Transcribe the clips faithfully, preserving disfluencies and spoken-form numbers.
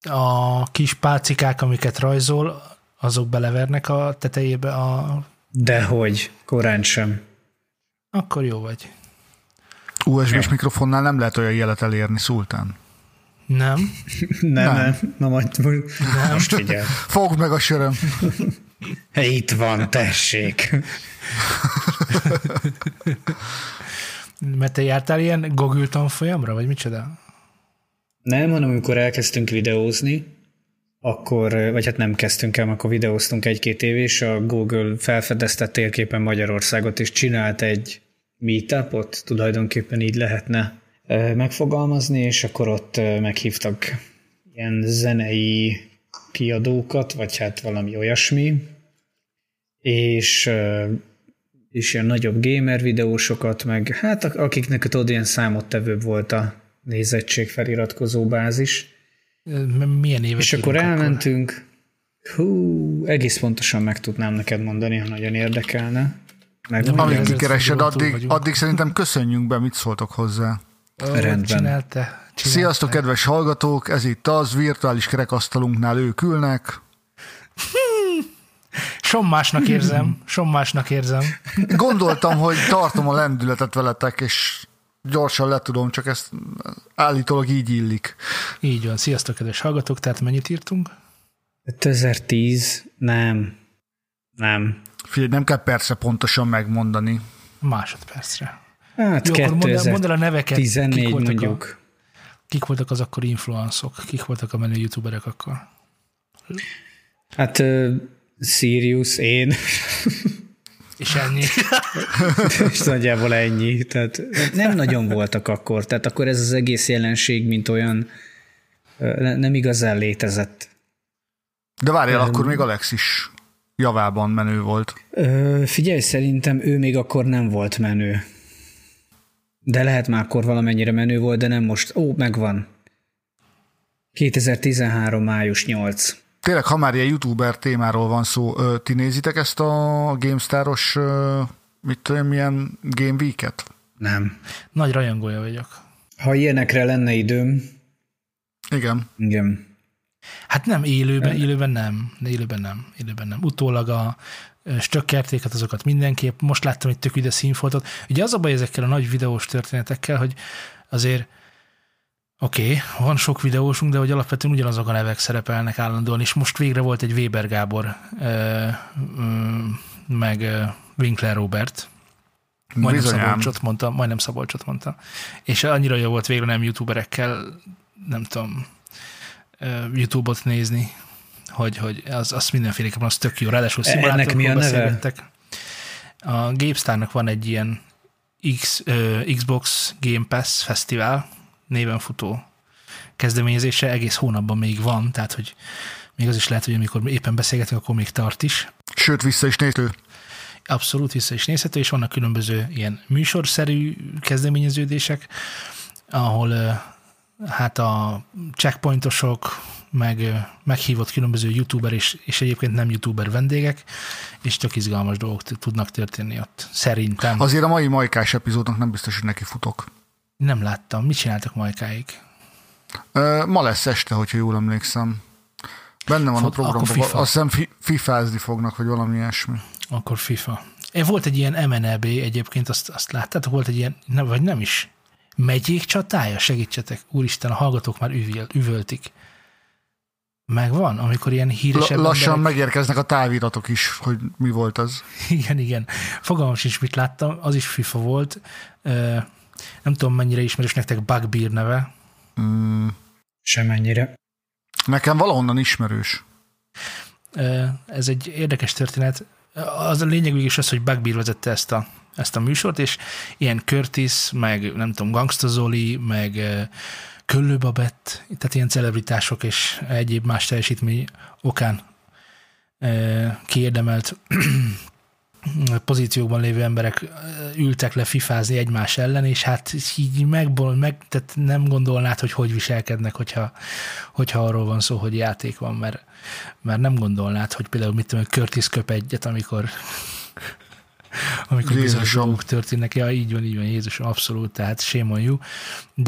A kis pálcikák, amiket rajzol, azok belevernek a tetejébe a... Dehogy, korán sem. Akkor jó vagy. u es bés mikrofonnál nem lehet olyan jelet elérni, Szultán. Nem. nem, nem. Na majd nem. Most figyelj. Fogd meg a söröm. Itt van, tessék. Mert te jártál ilyen Google tanfolyamra, vagy micsoda? Nem, hanem amikor elkezdtünk videózni, akkor, vagy hát nem kezdtünk el, akkor videóztunk egy-két év, és a Google felfedezte térképen Magyarországot, és csinált egy meetupot, tulajdonképpen így lehetne megfogalmazni, és akkor ott meghívtak ilyen zenei kiadókat, vagy hát valami olyasmi, és, és ilyen nagyobb gamer videósokat, meg hát akiknek tudod, ilyen számottevőbb volt a nézettség feliratkozó bázis. Milyen évek? És akkor elmentünk, akkor? Hú, egész pontosan meg tudnám neked mondani, ha nagyon érdekelne. Amíg kikeresed, addig, addig szerintem köszönjünk be, mit szóltok hozzá. Oh, rendben. Csinálta, csinálta. Sziasztok, kedves hallgatók, ez itt az, virtuális kerekasztalunknál ők ülnek. Sommásnak érzem, sommásnak érzem. Gondoltam, hogy tartom a lendületet veletek, és gyorsan letudom, csak ezt állítólag így illik. Így van. Sziasztok, kedves hallgatók, tehát mennyit írtunk? kétezer-tíz, nem. Nem. Figyelj, nem kell persze pontosan megmondani. Másodpercre. Hát jó, akkor mondd, mondd el a neveket. tizennégy kik mondjuk. A, kik voltak az akkor influenszok? Kik voltak a menő youtuberek akkor? Hát uh, Sirius, én. És ennyi. És nagyjából ennyi. Tehát nem nagyon voltak akkor. Tehát akkor ez az egész jelenség, mint olyan nem igazán létezett. De várjál, um, akkor még Alex is javában menő volt. Ö, figyelj, szerintem ő még akkor nem volt menő. De lehet már akkor valamennyire menő volt, de nem most. Ó, megvan. kétezer-tizenhárom. május nyolc. Tényleg, ha már ilyen youtuber témáról van szó, ti nézitek ezt a GameStar-os, mit tudom, milyen Game Week-et? Nem. Nagy rajongója vagyok. Ha ilyenekre lenne időm. Igen. Igen. Hát nem, élőben, élőben nem. De élőben nem. Élőben nem. Utólag a stökkertéket, azokat mindenképp. Most láttam egy tök ide színfoltot. Ugye az a baj ezekkel a nagy videós történetekkel, hogy azért oké, okay, van sok videósunk, de hogy alapvetően ugyanazok a nevek szerepelnek állandóan, és most végre volt egy Weber Gábor, meg Winkler Robert. Majdnem Bizonyám. Szabolcsot mondta, majdnem Szabolcsot mondta. És annyira jó volt végre nem youtuberekkel, nem tudom, YouTube-ot nézni, hogy, hogy az, az mindenféleképpen az tök jó. Ráadásul szimulátorokról beszélgettek. A GameStar-nak van egy ilyen X, uh, Xbox Game Pass fesztivál, néven futó kezdeményezése, egész hónapban még van, tehát hogy még az is lehet, hogy amikor éppen beszélgetünk, akkor még tart is. Sőt, vissza is nézhető. Abszolút vissza is nézhető, és vannak különböző ilyen műsorszerű kezdeményeződések, ahol hát a checkpointosok, meg meghívott különböző youtuber és, és egyébként nem youtuber vendégek, és tök izgalmas dolgok tudnak történni ott, szerintem. Azért a mai majkás epizódnak nem biztos, hogy neki futok. Nem láttam. Mit csináltak majkáig? Ma lesz este, hogyha jól emlékszem. Benne van Fog, a programban. Azt hiszem fi, fifázni fognak, vagy valami ilyesmi. Akkor FIFA. Volt egy ilyen em en el bé egyébként, azt, azt láttátok? Volt egy ilyen, nem, vagy nem is. Megyék csatája? Segítsetek. Úristen, a hallgatók már üvöl, üvöltik. Megvan? Amikor ilyen híresebb L- Lassan emberek... megérkeznek a táviratok is, hogy mi volt az. Igen, igen. Fogalmam sincs, mit láttam. Az is FIFA volt. Nem tudom, mennyire ismerős nektek Bugbear neve. Mm. Semennyire. Nekem valahonnan ismerős. Ez egy érdekes történet. Az a lényeg is az, hogy Bugbear vezette ezt a, ezt a műsort, és ilyen Curtis, meg nem tudom, Gangsta Zoli, meg Köllő Babett, tehát ilyen celebritások és egyéb más teljesítmény okán kiérdemelt pozíciókban lévő emberek ültek le fifázni egymás ellen, és hát így megból, meg, tehát nem gondolnád, hogy hogy viselkednek, hogyha, hogyha arról van szó, hogy játék van, mert, mert nem gondolnád, hogy például mit tudom, Curtis köp egyet, amikor amikor bizonyos dolgok történnek. Ja, így van, így van, Jézusom, abszolút, tehát shame on you. De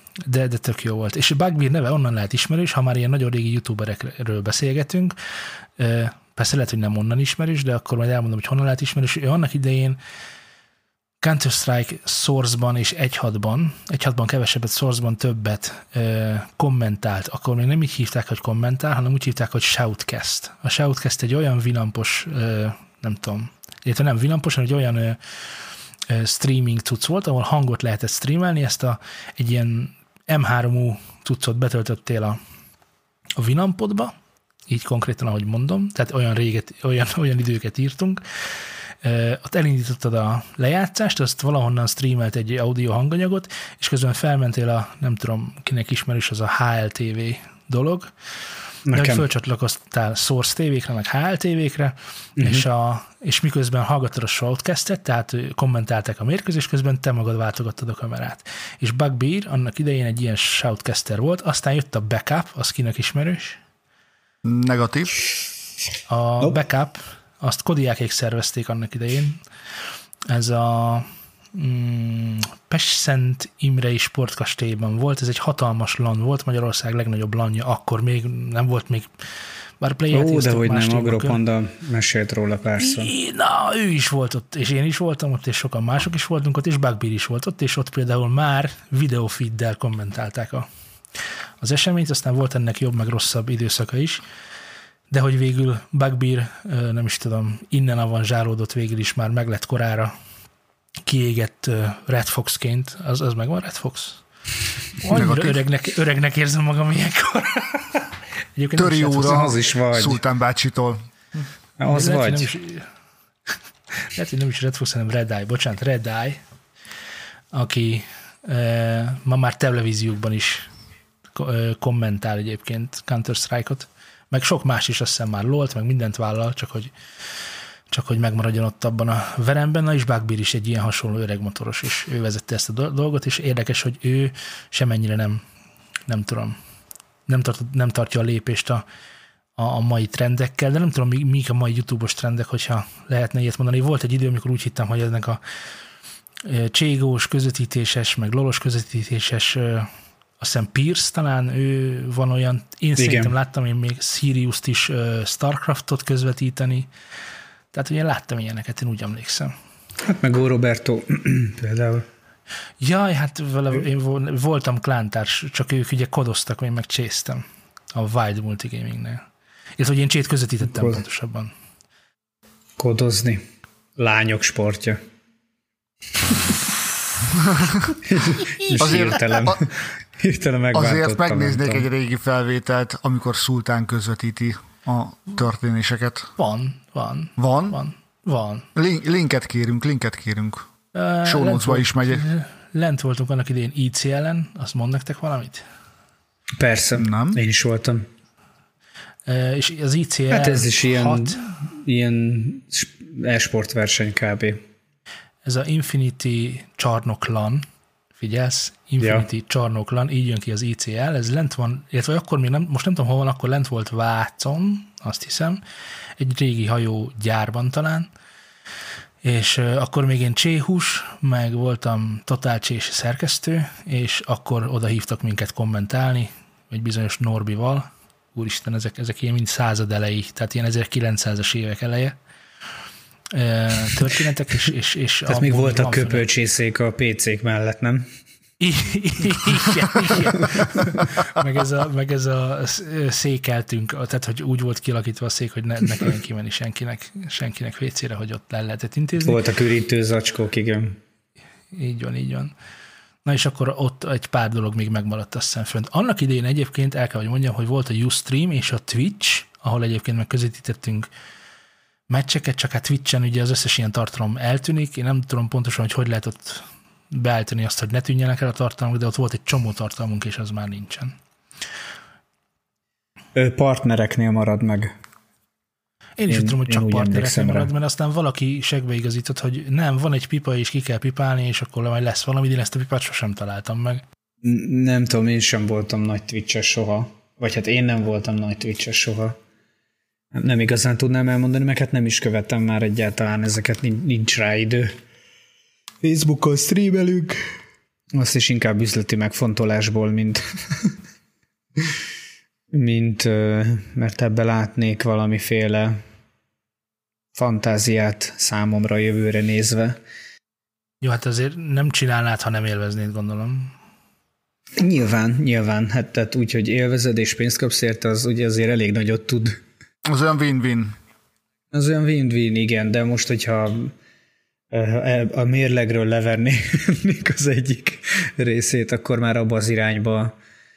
de, de tök jó volt. És Bugbear neve onnan lehet ismerős, ha már ilyen nagyon régi youtuberekről beszélgetünk. Persze lehet, hogy nem onnan ismerős, de akkor majd elmondom, hogy honnan lehet ismerős. Ő annak idején Counter-Strike Source-ban és egy hatban, egy hatban kevesebbet, Source-ban többet ö, kommentált. Akkor még nem így hívták, hogy kommentál, hanem úgy hívták, hogy Shoutcast. A Shoutcast egy olyan vinampos, ö, nem tudom, illetve nem vinampos, hanem egy olyan ö, ö, streaming cucc volt, ahol hangot lehetett streamelni, ezt a, egy ilyen em három u cuccot betöltöttél a, a vinampodba, így konkrétan, ahogy mondom, tehát olyan, réget, olyan, olyan időket írtunk. Uh, ott elindítottad a lejátszást, azt valahonnan streamelt egy audio hanganyagot, és közben felmentél a, nem tudom, kinek ismerős az a há el té vé dolog, de hogy fölcsatlakoztál Source té vékre, meg há el té vékre, uh-huh. és, a, és miközben hallgattad a Shoutcastet, tehát kommentálták a mérkőzés, közben te magad váltogattad a kamerát. És Bugbear annak idején egy ilyen Shoutcaster volt, aztán jött a Backup, az kinek ismerős? Negatív. A nope. Backup, azt Kodiákék szervezték annak idején. Ez a mm, Pest-Szent Imrei sportkastélyban volt, ez egy hatalmas LAN volt, Magyarország legnagyobb LANja, akkor még nem volt még, bár play-et Ó, de hogy nem, Agropanda mesélt róla párszor. Na, ő is volt ott, és én is voltam ott, és sokan mások is voltunk ott, és Bugbear is volt ott, és ott például már videófeeddel kommentálták a, az eseményt, aztán volt ennek jobb, meg rosszabb időszaka is, de hogy végül Bugbear, nem is tudom, innen avanzsálódott végül is, már meg lett korára kiégett Red Foxként. Az, az megvan, Red Fox? Annyira öregnek, öregnek érzem magam ilyenkor. Töri óra az is vagy. Szultán bácsitól. Az lehet, vagy. Hogy is, lehet, hogy nem is Red Fox, hanem Red Eye. Bocsánat, Red Eye, aki eh, ma már televíziókban is kommentál egyébként Counter-Strike-ot, meg sok más is, azt hiszem már lolt, meg mindent vállal, csak hogy, csak hogy megmaradjon ott abban a veremben. Na és Bugbear is egy ilyen hasonló öreg motoros, és ő vezette ezt a dolgot, és érdekes, hogy ő semennyire nem, nem tudom, nem, tart, nem tartja a lépést a, a, a mai trendekkel, de nem tudom, mik a mai YouTube-os trendek, hogyha lehetne ilyet mondani. Volt egy idő, amikor úgy hittem, hogy ennek a cségós közvetítéses, meg lolos közvetítéses, azt hiszem Pierce talán, ő van olyan, én Igen. szerintem láttam én még Sirius-t is uh, Starcraftot közvetíteni, tehát ugye láttam ilyeneket, én úgy emlékszem. Hát meg Ó Roberto például. Jaj, hát vele én voltam klántárs, csak ők ugye kodoztak, én meg csésztem a Wild Multigamingnél. Illetve, hogy én csét közvetítettem Kod... pontosabban. Kodozni. Lányok sportja. Azért, a, azért megnéznék egy régi felvételt, amikor Szultán közvetíti a történéseket. Van, van. Van? Van. Van. Link, linket kérünk, linket kérünk. Uh, Show notes-ba is megy. Lent voltunk annak idején í cé el-en, azt mond nektek valamit? Persze, nem. Én is voltam. Uh, és az í cé el Hát ez is ilyen, hat, ilyen e-sport verseny kb. Ez a Infinity Csarnok LAN, figyelsz? Infinity ja. Csarnok LAN, így jön ki az í cé el, ez lent van, illetve akkor még nem, most nem tudom hol van, akkor lent volt Vácon, azt hiszem, egy régi hajó gyárban talán, és uh, akkor még én Cséhus, meg voltam Totál Csés szerkesztő, és akkor oda hívtak minket kommentálni, egy bizonyos Norbival, úristen, ezek, ezek ilyen mind század elejé, tehát ilyen ezerkilencszázas évek eleje történetek, és, és, és tehát még voltak köpölcsészék a pé cék mellett, nem? Igen, igen. Meg ez a, meg ez a székeltünk, tehát hogy úgy volt kialakítva a szék, hogy ne, ne kelljen kimenni senkinek, senkinek vécére, hogy ott le lehetett intézni. Voltak ürítő zacskók, igen. Így van, így van. Na és akkor ott egy pár dolog még megmaradt azt hiszem fönt. Annak idején egyébként el kell, hogy mondjam, hogy volt a Ustream és a Twitch, ahol egyébként meg közvetítettünk meccseket, csak hát Twitchen ugye az összes ilyen tartalom eltűnik. Én nem tudom pontosan, hogy hogy lehet ott beállítani azt, hogy ne tűnjenek el a tartalmak, de ott volt egy csomó tartalmunk, és az már nincsen. Partnereknél marad meg. Én is én, tudom, hogy csak partnereknél marad, mert aztán valaki segbeigazított, hogy nem, van egy pipa, és ki kell pipálni, és akkor majd lesz valami, de én ezt a pipát sosem találtam meg. Nem tudom, én sem voltam nagy Twitch-es soha. Vagy hát én nem voltam nagy Twitch-es soha. Nem igazán tudnám elmondani, meg hát nem is követem már egyáltalán ezeket, nincs rá idő. Facebookon streamelünk. Azt is inkább üzleti megfontolásból, mint, mint mert ebbe látnék valamiféle fantáziát számomra jövőre nézve. Jó, hát azért nem csinálnád, ha nem élveznéd, gondolom. Nyilván, nyilván. Hát tehát úgy, hogy élvezed és pénzt kapsz érte, az ugye azért elég nagyot tud. Az olyan win-win. Az olyan win-win, igen, de most, hogyha a mérlegről levernék az egyik részét, akkor már abba az irányba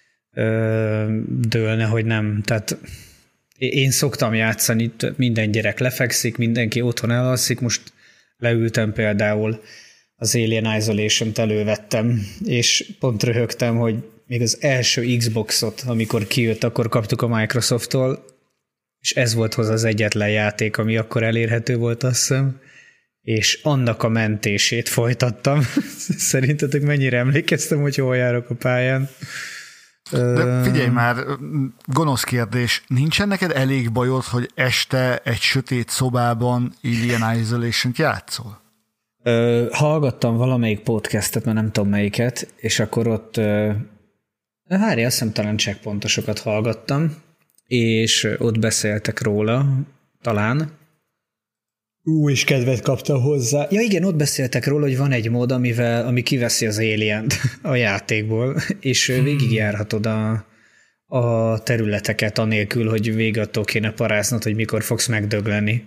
dőlne, hogy nem. Tehát én szoktam játszani, minden gyerek lefekszik, mindenki otthon elalszik, most leültem például az Alien Isolation-t elővettem, és pont röhögtem, hogy még az első Xboxot, amikor kijött, akkor kaptuk a Microsofttól, és ez volt hozzá az egyetlen játék, ami akkor elérhető volt, azt hiszem, és annak a mentését folytattam. Szerintetek mennyire emlékeztem, hogy hol járok a pályán? De figyelj már, gonosz kérdés, nincsen neked elég bajod, hogy este egy sötét szobában Alien Isolation-t játszol? Ö, hallgattam valamelyik podcastet, mert nem tudom melyiket, és akkor ott várj, azt hiszem talán checkpontosokat hallgattam, és ott beszéltek róla, talán. Ú, és kedvet kaptam hozzá. Ja igen, ott beszéltek róla, hogy van egy mód, amivel, ami kiveszi az Alien-t a játékból, és hmm. végigjárhatod a, a területeket anélkül, hogy végattól kéne paráznod, hogy mikor fogsz megdögleni.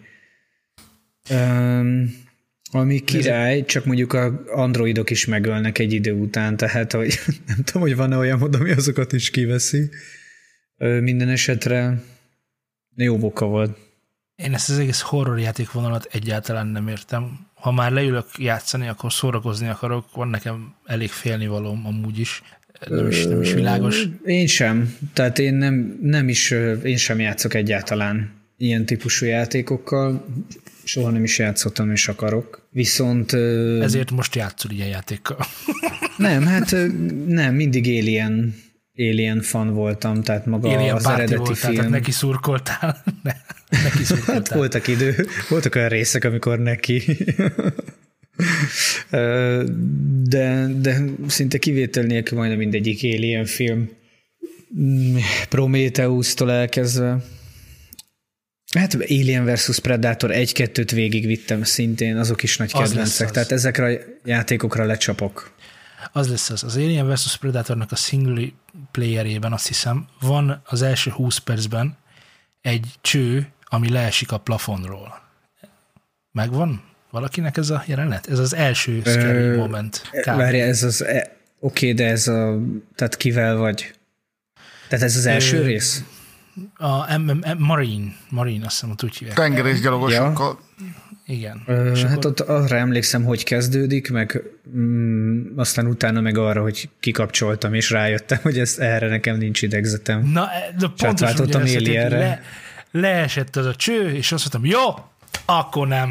Um, ami király, csak mondjuk a androidok is megölnek egy idő után, tehát hogy nem tudom, hogy van-e olyan mód, ami azokat is kiveszi. Minden esetre jó boka volt. Én ezt az egész horror játékvonalat egyáltalán nem értem. Ha már leülök játszani, akkor szórakozni akarok, van nekem elég félnivalóm amúgy is. Nem is, nem is világos. Én sem. Tehát én nem, nem is, én sem játszok egyáltalán ilyen típusú játékokkal. Soha nem is játszottam, és akarok. Viszont... Ezért most játszol ilyen játékkal. Nem, hát nem, mindig Alien, Alien fan voltam, tehát maga Alien az eredeti voltál, film. Tehát neki szurkoltál. Ne, neki szurkoltál. Hát voltak idő, voltak olyan részek, amikor neki. De, de szinte kivétel nélkül majdnem mindegyik Alien film. Prometheus-tól elkezdve. Hát Alien versus. Predator egy-kettőt végigvittem szintén, azok is nagy kedvencek. Tehát ezekre a játékokra lecsapok. Az lesz az. Az Alien versus. Predatornak a single playerében azt hiszem, van az első húsz percben egy cső, ami leesik a plafonról. Megvan valakinek ez a jelenet? Ez az első scary Ö, moment. Várja, ez az... E, Oké, de ez a... Tehát kivel vagy? Tehát ez az első Ö, rész? A M- M- Marine, Marine, azt hiszem, hogy úgy hívják. Tengerészgyalogosokkal. Ja. Igen. Ö, hát akkor... ott arra emlékszem, hogy kezdődik, meg mm, aztán utána meg arra, hogy kikapcsoltam, és rájöttem, hogy ez, erre nekem nincs idegzetem. Na, de pontosan ugyanezt, le, leesett az a cső, és azt mondtam, jó, akkor nem.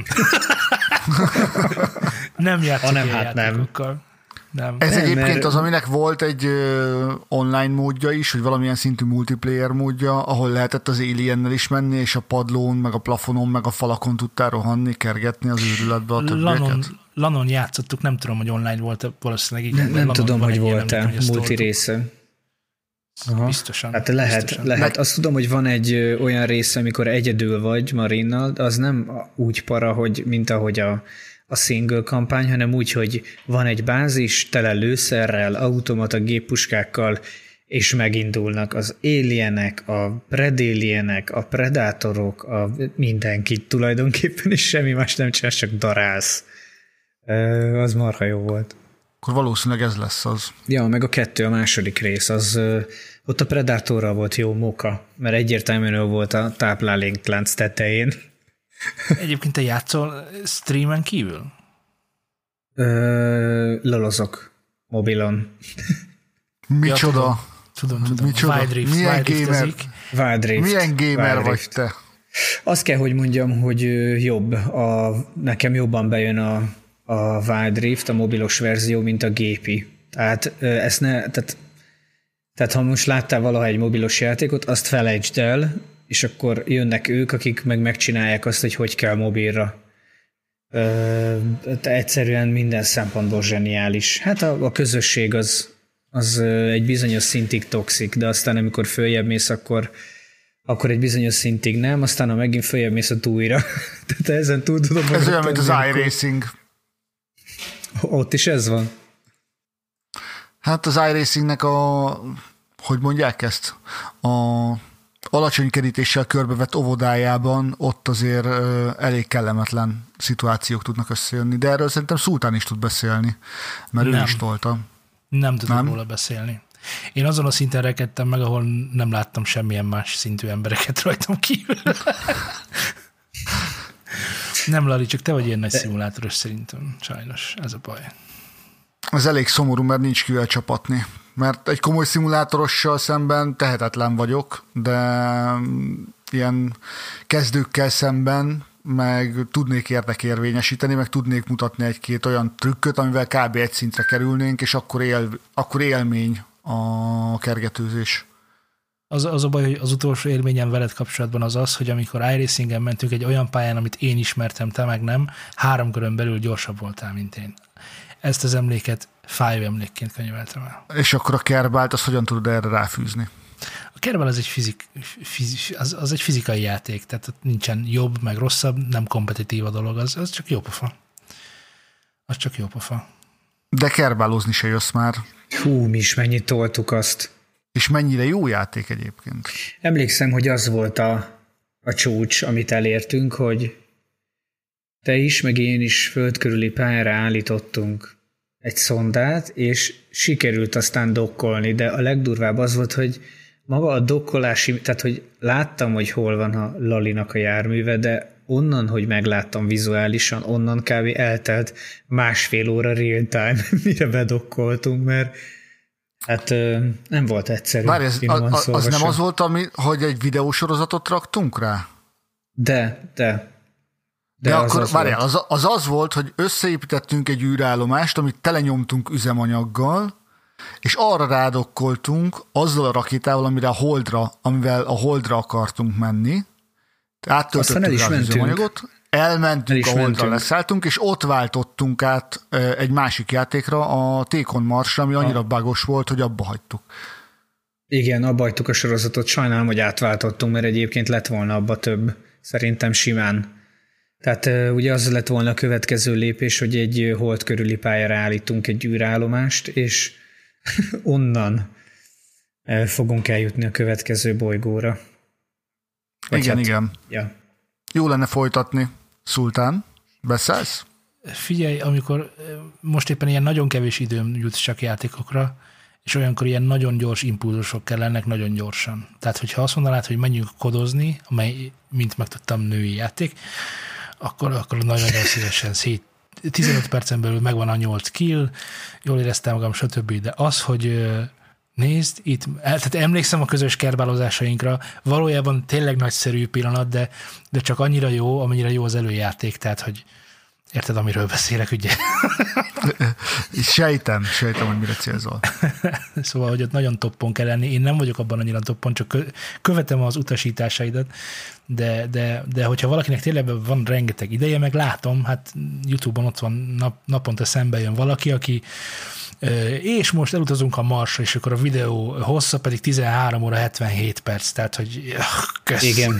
nem játszok nem, hát játékokkal. Nem. Nem. Ez nem, egyébként mert... az, aminek volt egy uh, online módja is, vagy valamilyen szintű multiplayer módja, ahol lehetett az Aliennel is menni, és a padlón, meg a plafonon, meg a falakon tudtál rohanni, kergetni az őrületbe a többieket. Lanon, Lanon játszottuk, nem tudom, hogy online volt, valószínűleg igen. Nem, nem tudom, hogy volt-e multi része. Aha. Biztosan. Hát lehet, biztosan. lehet. Meg... Azt tudom, hogy van egy olyan része, amikor egyedül vagy Marinnal, de az nem úgy para, hogy mint ahogy a a single kampány, hanem úgy, hogy van egy bázis tele lőszerrel, automata géppuskákkal, és megindulnak az alienek, a predalienek, a predátorok, a mindenki tulajdonképpen, és semmi más nem csinálsz, csak darálsz. Az marha jó volt. Akkor valószínűleg ez lesz az. Ja, meg a kettő, a második rész, az ott a Predatorral volt jó moka, mert egyértelműen volt a tápláléklánc tetején. Egyébként te játszol streamen kívül? Ö, lolozok mobilon. Micsoda? Ja, tudom, tudom. tudom. Micsoda? Wild Rift, Milyen Wild gamer? Wild Rift. Milyen gamer Wild vagy Rift. te? Azt kell, hogy mondjam, hogy jobb. A, nekem jobban bejön a, a Wild Rift, a mobilos verzió, mint a gépi. Tehát ezt ne... Tehát, tehát ha most láttál valaha egy mobilos játékot, azt felejtsd el, és akkor jönnek ők, akik meg megcsinálják azt, hogy hogy kell mobilra Ö, egyszerűen minden szempontból zseniális. Hát a, a közösség az, az egy bizonyos szintig toxik, de aztán amikor följebb mész, akkor, akkor egy bizonyos szintig nem, aztán ha megint följebb mész, ott újra. Tehát ezen túl tudom... Ez olyan, mint az iRacing. Ott is ez van. Hát az iRacingnek a, hogy mondják ezt, a alacsony kerítéssel körbevett óvodájában ott azért ö, elég kellemetlen szituációk tudnak összejönni, de erről szerintem Szultán is tud beszélni, mert nem. ő is tolta. Nem tudok nem? róla beszélni. Én azon a szinten rekedtem meg, ahol nem láttam semmilyen más szintű embereket rajtam kívül. Nem, Lali, csak te vagy ilyen nagy de... szimulátoros szerintem. Sajnos, ez a baj. Ez elég szomorú, mert nincs kivel csapatni. Mert egy komoly szimulátorossal szemben tehetetlen vagyok, de ilyen kezdőkkel szemben meg tudnék érdekérvényesíteni, meg tudnék mutatni egy-két olyan trükköt, amivel kb. Egy szintre kerülnénk, és akkor, él, akkor élmény a kergetőzés. Az, az a baj, hogy az utolsó élményem veled kapcsolatban az az, hogy amikor iRacingen mentünk egy olyan pályán, amit én ismertem, te meg nem, három körön belül gyorsabb voltál, mint én. Ezt az emléket fájó emlékként könyveltem el. És akkor a kerbált, azt hogyan tudod erre ráfűzni? A kerbál az egy, fizik, fizik, az, az egy fizikai játék, tehát nincsen jobb, meg rosszabb, nem kompetitív a dolog, az, az csak jó pofa. Az csak jó pofa. De kerbálozni se jössz már. Hú, mi is mennyit toltuk azt. És mennyire jó játék egyébként. Emlékszem, hogy az volt a, a csúcs, amit elértünk, hogy te is, meg én is föld körüli pályára állítottunk egy szondát, és sikerült aztán dokkolni, de a legdurvább az volt, hogy maga a dokkolási, tehát hogy láttam, hogy hol van a Lalinak a járműve, de onnan, hogy megláttam vizuálisan, onnan kb. Eltelt másfél óra real time, mire bedokkoltunk, mert hát nem volt egyszerű. Várj, ez, a, a, az nem az volt, ami, hogy egy videósorozatot raktunk rá? De, de. De, de az akkor az várjál, az, az az volt, hogy összeépítettünk egy űrállomást, amit telenyomtunk üzemanyaggal, és arra rádokkoltunk azzal a rakétával, amire a Holdra, amivel a Holdra akartunk menni. Áttöltöttük rá az üzemanyagot, elmentünk a Holdra, leszálltunk, és ott váltottunk át egy másik játékra, a Tékon Marsra, ami annyira bugos volt, hogy abba hagytuk. Igen, abba hagytuk a sorozatot, sajnálom, hogy átváltottunk, mert egyébként lett volna abba több, szerintem simán. Tehát ugye az lett volna a következő lépés, hogy egy hold körüli pályára állítunk egy űrállomást, és onnan fogunk eljutni a következő bolygóra. Vagy igen, hát, igen. Ja. Jó lenne folytatni. Szultán, beszállsz? Figyelj, amikor most éppen ilyen nagyon kevés időm jut csak játékokra, és olyankor ilyen nagyon gyors impulzusok kellenek nagyon gyorsan. Tehát, hogyha azt mondanád, hogy menjünk kodozni, amely, mint megtudtam, női játék, akkor, akkor nagyon-nagyon szívesen szét. tizenöt percen belül megvan a nyolc kill, jól éreztem magam, stb. De az, hogy nézd, itt, tehát emlékszem a közös kerbálozásainkra, valójában tényleg nagyszerű pillanat, de, de csak annyira jó, amennyire jó az előjáték, tehát, hogy érted, amiről beszélek, ugye? Sejtem, sejtem, hogy mire célzol. Szóval, hogy ott nagyon toppon kell lenni. Én nem vagyok abban annyira toppon, csak követem az utasításaidat, de, de, de hogyha valakinek tényleg van rengeteg ideje, meg látom, hát YouTube-on ott van nap, naponta szembe jön valaki, aki és most elutazunk a Marsra, és akkor a videó hossza pedig tizenhárom óra hetvenhét perc, tehát, hogy kösz. Igen.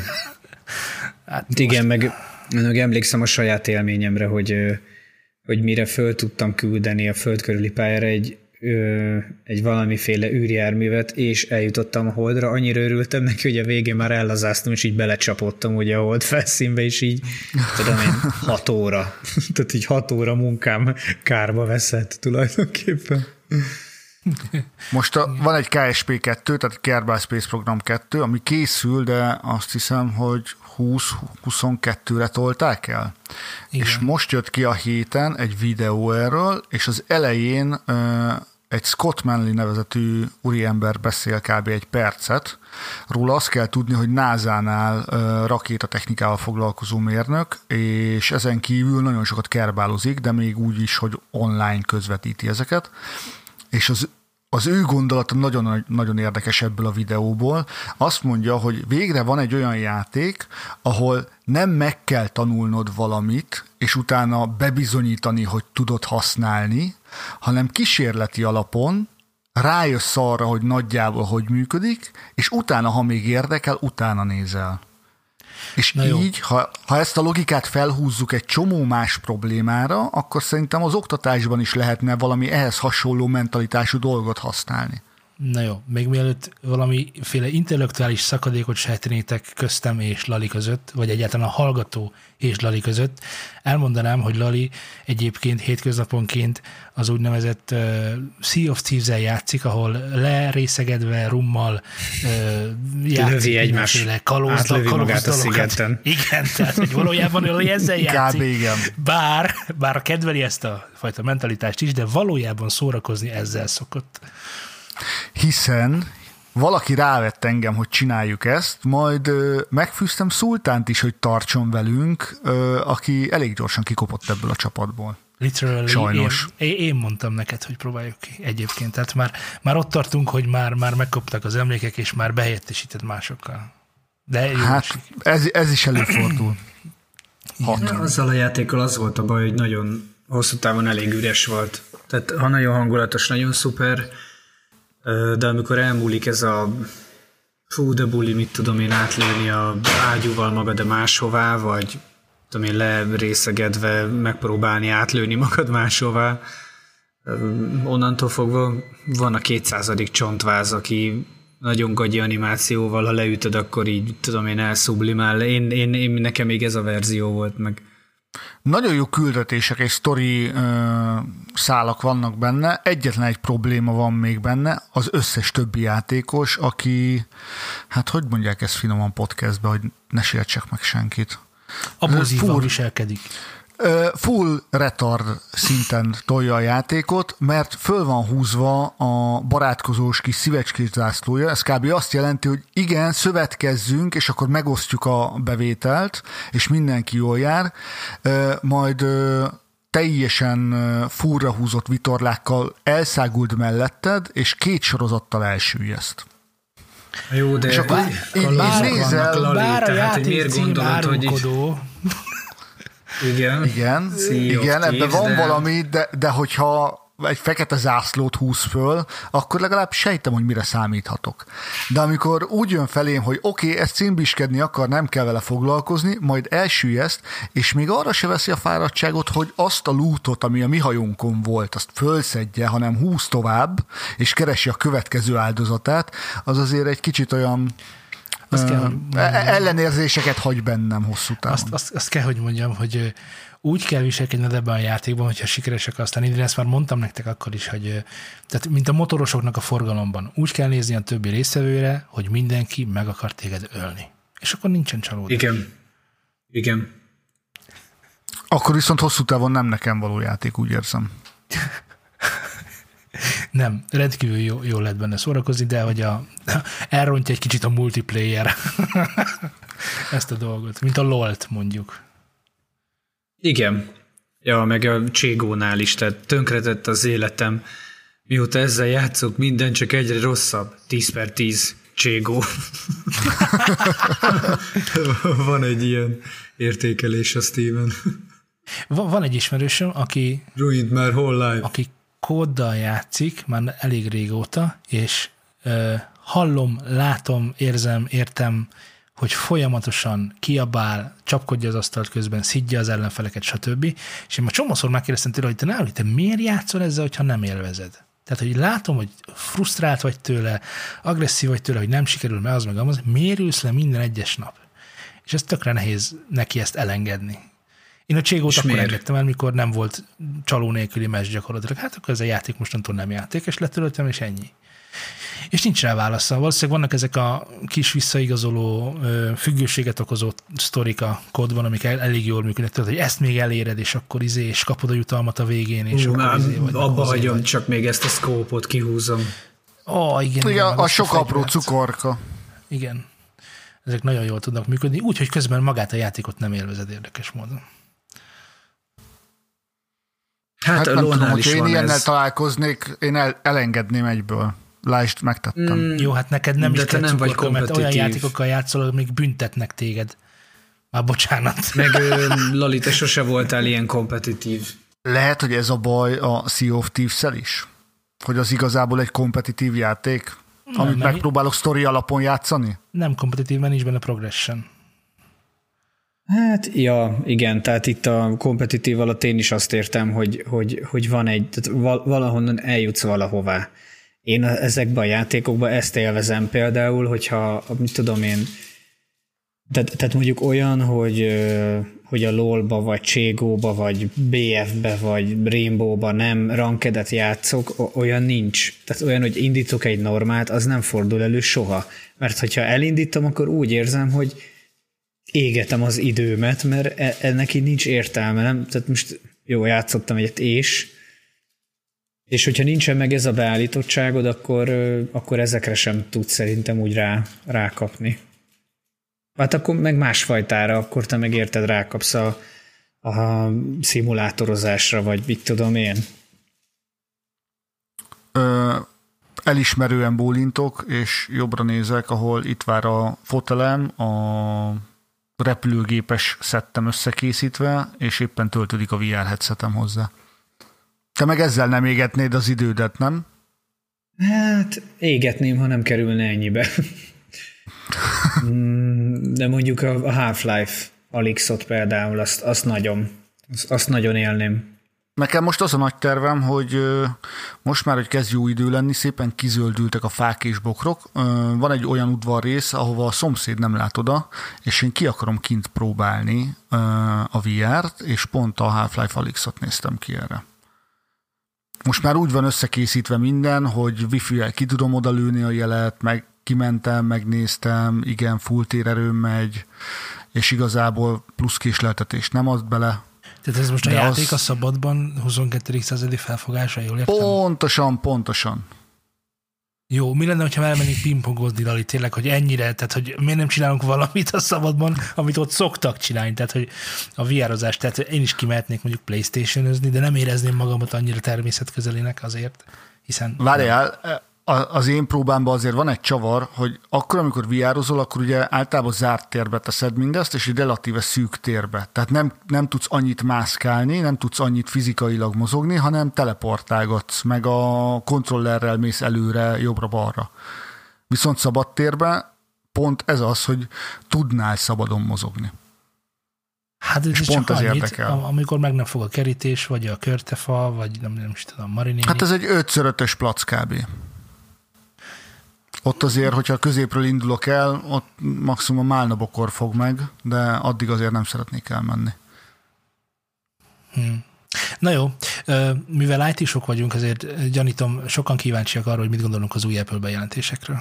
Hát igen, most... meg, meg emlékszem a saját élményemre, hogy, hogy mire föl tudtam küldeni a föld körüli pályára egy, egy valamiféle űrjárművet, és eljutottam a Holdra, annyira örültem neki, hogy a végén már ellazáztam, és így belecsapottam ugye a Hold felszínbe, és így tudom én, hat óra. Tehát így hat óra munkám kárba veszett tulajdonképpen. Most a, van egy K S P kettő, tehát Kerbal Space Program kettő, ami készül, de azt hiszem, hogy húsz-huszonkettőre tolták el. Igen. És most jött ki a héten egy videó erről, és az elején uh, egy Scott Manley nevezetű úriember beszél kb. Egy percet. Róla azt kell tudni, hogy názánál uh, rakétatechnikával foglalkozó mérnök, és ezen kívül nagyon sokat kerbálozik, de még úgy is, hogy online közvetíti ezeket. És az az ő gondolata nagyon, nagyon érdekes ebből a videóból. Azt mondja, hogy végre van egy olyan játék, ahol nem meg kell tanulnod valamit, és utána bebizonyítani, hogy tudod használni, hanem kísérleti alapon rájössz arra, hogy nagyjából hogy működik, és utána, ha még érdekel, utána nézel. És Na így, ha, ha ezt a logikát felhúzzuk egy csomó más problémára, akkor szerintem az oktatásban is lehetne valami ehhez hasonló mentalitású dolgot használni. Na jó, még mielőtt valamiféle intellektuális szakadékot sejtenétek köztem és Lali között, vagy egyáltalán a hallgató és Lali között, elmondanám, hogy Lali egyébként hétköznaponként az úgynevezett uh, Sea of Thieves-el játszik, ahol lerészegedve, rummal uh, játszik mindenféle kalózdalokat. Igen, tehát hogy valójában Lali ezzel játszik. igen. Bár, bár kedveli ezt a fajta mentalitást is, de valójában szórakozni ezzel szokott. Hiszen valaki rávett engem, hogy csináljuk ezt, majd ö, megfűztem Szultánt is, hogy tartson velünk, ö, aki elég gyorsan kikopott ebből a csapatból. Literally, Sajnos. Én, én mondtam neked, hogy próbáljuk ki egyébként. Tehát már, már ott tartunk, hogy már, már megkoptak az emlékek, és már behelyettesíted másokkal. De jó hát ez, ez is előfordul. Azzal a játékkal az volt a baj, hogy nagyon hosszú távon elég üres volt. Tehát ha nagyon hangulatos, nagyon szuper, de amikor elmúlik ez a fú, de buli, mit tudom én átlőni a ágyúval magad a máshová, vagy tudom én lerészegedve megpróbálni átlőni magad máshová, onnantól fogva van a kétszázadik csontváz, aki nagyon gagyi animációval, ha leütöd, akkor így tudom én elszublimál. Én, én, én, nekem még ez a verzió volt meg. Nagyon jó küldetések és sztori ö, szálak vannak benne. Egyetlen egy probléma van még benne, az összes többi játékos, aki, hát hogy mondják ezt finoman podcastbe, hogy ne sértsek meg senkit. Abuzívan viselkedik. Full retard szinten tolja a játékot, mert föl van húzva a barátkozós kis szívecskés zászlója. Ez kb. Azt jelenti, hogy igen, szövetkezzünk, és akkor megosztjuk a bevételt, és mindenki jól jár, majd teljesen fullra húzott vitorlákkal elszáguld melletted, és két sorozattal elsüllyeszt. Jó, de és akkor így, így nézel, Lali, bár a tehát, játék miért cím gondolod, hogy árulkodó. Igen, igen, igen ebben van de... valami, de, de hogyha egy fekete zászlót húz föl, akkor legalább sejtem, hogy mire számíthatok. De amikor úgy jön felém, hogy oké, okay, ezt címbiskedni akar, nem kell vele foglalkozni, majd elsüllyeszt, és még arra se veszi a fáradtságot, hogy azt a lootot, ami a mi hajónkon volt, azt fölszedje, hanem húz tovább, és keresi a következő áldozatát, az azért egy kicsit olyan... Azt kell, hogy ellenérzéseket hagy bennem hosszú távon. Azt, azt, azt kell, hogy mondjam, hogy úgy kell viselkedned ebben a játékban, hogyha sikeresek aztán én ezt már mondtam nektek akkor is, hogy tehát mint a motorosoknak a forgalomban, úgy kell nézni a többi résztvevőre, hogy mindenki meg akar téged ölni. És akkor nincsen csalódás. Igen. Igen. Akkor viszont hosszú távon nem nekem való játék, úgy érzem. Nem, rendkívül jó, jól lehet benne szórakozni, de hogy a, elrontja egy kicsit a multiplayer ezt a dolgot, mint a lolt mondjuk. Igen. Ja, meg a Cségónál is, tehát tönkretett az életem. Mióta ezzel játszok, minden csak egyre rosszabb. tíz per tíz Cségó. Van egy ilyen értékelés a Steven. Van egy ismerősöm, aki Ruined my whole life. aki kóddal játszik már elég régóta, és ö, hallom, látom, érzem, értem, hogy folyamatosan kiabál, csapkodja az asztalt közben, szidja az ellenfeleket, stb. És én már csomószor megkérdeztem tőle, hogy te, nálam, te miért játszol ezzel, hogyha nem élvezed? Tehát, hogy látom, hogy frusztrált vagy tőle, agresszív vagy tőle, hogy nem sikerül, mert az meg az, miért ülsz le minden egyes nap? És ez tökre nehéz neki ezt elengedni. Én a Cségót akkor engedtem el, mikor nem volt csaló nélküli meccs gyakorlatilag. Hát akkor ez a játék mostantól nem játék, és letöröltem, és ennyi. És nincs rá válasza. Valószínűleg vannak ezek a kis visszaigazoló, függőséget okozó sztorik a kódban, amik elég jól működnek. Tehát, hogy ezt még eléred, és akkor izé, és kapod a jutalmat a végén, és Hú, akkor izé, vagy abba hagyom, vagy. Csak még ezt a szkópot kihúzom. Ó, igen. igen, igen a sok apró cukorka. Igen. Ezek nagyon jól tudnak működni, úgyhogy közben magát a játékot nem élvezed érdekes módon. Hát, hát nem tudom, hogy én ilyennel ez. találkoznék, én el, elengedném egyből. Lásd, megtettem. Mm, Jó, hát neked nem de is kell nem vagy kompetitív. Olyan játékokkal játszol, amik büntetnek téged. Már bocsánat. Meg Lali, te sose voltál ilyen kompetitív. Lehet, hogy ez a baj a Sea of Thieves-szel is? Hogy az igazából egy kompetitív játék, nem, amit nem, megpróbálok sztori alapon játszani? Nem kompetitív, mert nincs benne progression. Hát, ja, igen, tehát itt a kompetitív alatt én is azt értem, hogy, hogy, hogy van egy, tehát valahonnan eljutsz valahová. Én ezekben a játékokban ezt élvezem például, hogyha, mit tudom én, tehát, tehát mondjuk olyan, hogy, hogy a LoL-ba, vagy Cségóba, vagy bé ef-be, vagy Rainbow-ba nem rankedet játszok, olyan nincs. Tehát olyan, hogy indítok egy normát, az nem fordul elő soha. Mert hogyha elindítom, akkor úgy érzem, hogy égetem az időmet, mert ennek így nincs értelme. Nem? Tehát most jó, játszottam egyet, és és hogyha nincsen meg ez a beállítottságod, akkor, akkor ezekre sem tudsz szerintem úgy rá, rákapni. Hát akkor meg másfajtára, akkor te meg érted, rákapsz a, a szimulátorozásra, vagy mit tudom én. Ö, elismerően bólintok, és jobbra nézek, ahol itt vár a fotelem, a repülőgépes szettem összekészítve, és éppen töltődik a vé er headsetem hozzá. Te meg ezzel nem égetnéd az idődet, nem? Hát égetném, ha nem kerülne ennyibe. De mondjuk a Half-Life Alyxot például, azt, azt nagyon, azt, azt nagyon élném. Nekem most az a nagy tervem, hogy most már, hogy kezd jó idő lenni, szépen kizöldültek a fák és bokrok. Van egy olyan udvarrész, ahova a szomszéd nem lát oda, és én ki akarom kint próbálni a vé er-t, és pont a Half-Life Alyxot néztem ki erre. Most már úgy van összekészítve minden, hogy wifi-jel ki tudom oda lőni a jelet, meg kimentem, megnéztem, igen, full térerőm megy, és igazából plusz késleltetést nem ad bele. Tehát ez most a játék az... a szabadban huszonkettő századi felfogása, jól értem? Pontosan, pontosan. Jó, mi lenne, ha elmennénk pingpongozni, Lali, tényleg, hogy ennyire, tehát hogy miért nem csinálunk valamit a szabadban, amit ott szoktak csinálni, tehát hogy a vé er-ozás, tehát én is kimehetnék mondjuk PlayStation-özni, de nem érezném magamat annyira természetközelének azért, hiszen... Várjál, az én próbámban azért van egy csavar, hogy akkor, amikor vé er-ozol, akkor ugye általában zárt térbe teszed mindezt, és egy relatíve szűk térbe. Tehát nem, nem tudsz annyit mászkálni, nem tudsz annyit fizikailag mozogni, hanem teleportálgatsz, meg a kontrollerrel mész előre, jobbra-balra. Viszont szabad térben pont ez az, hogy tudnál szabadon mozogni. Hát ez pont az érdekel. Amikor meg nem fog a kerítés, vagy a körtefa, vagy nem, nem is tudom, marinéni. Hát ez egy ötször ötös plac kb. Ott azért, hogyha középről indulok el, ott maximum málnabokor fog meg, de addig azért nem szeretnék elmenni. Hmm. Na jó, mivel í té-sok vagyunk, azért gyanítom, sokan kíváncsiak arra, hogy mit gondolunk az új Apple bejelentésekről.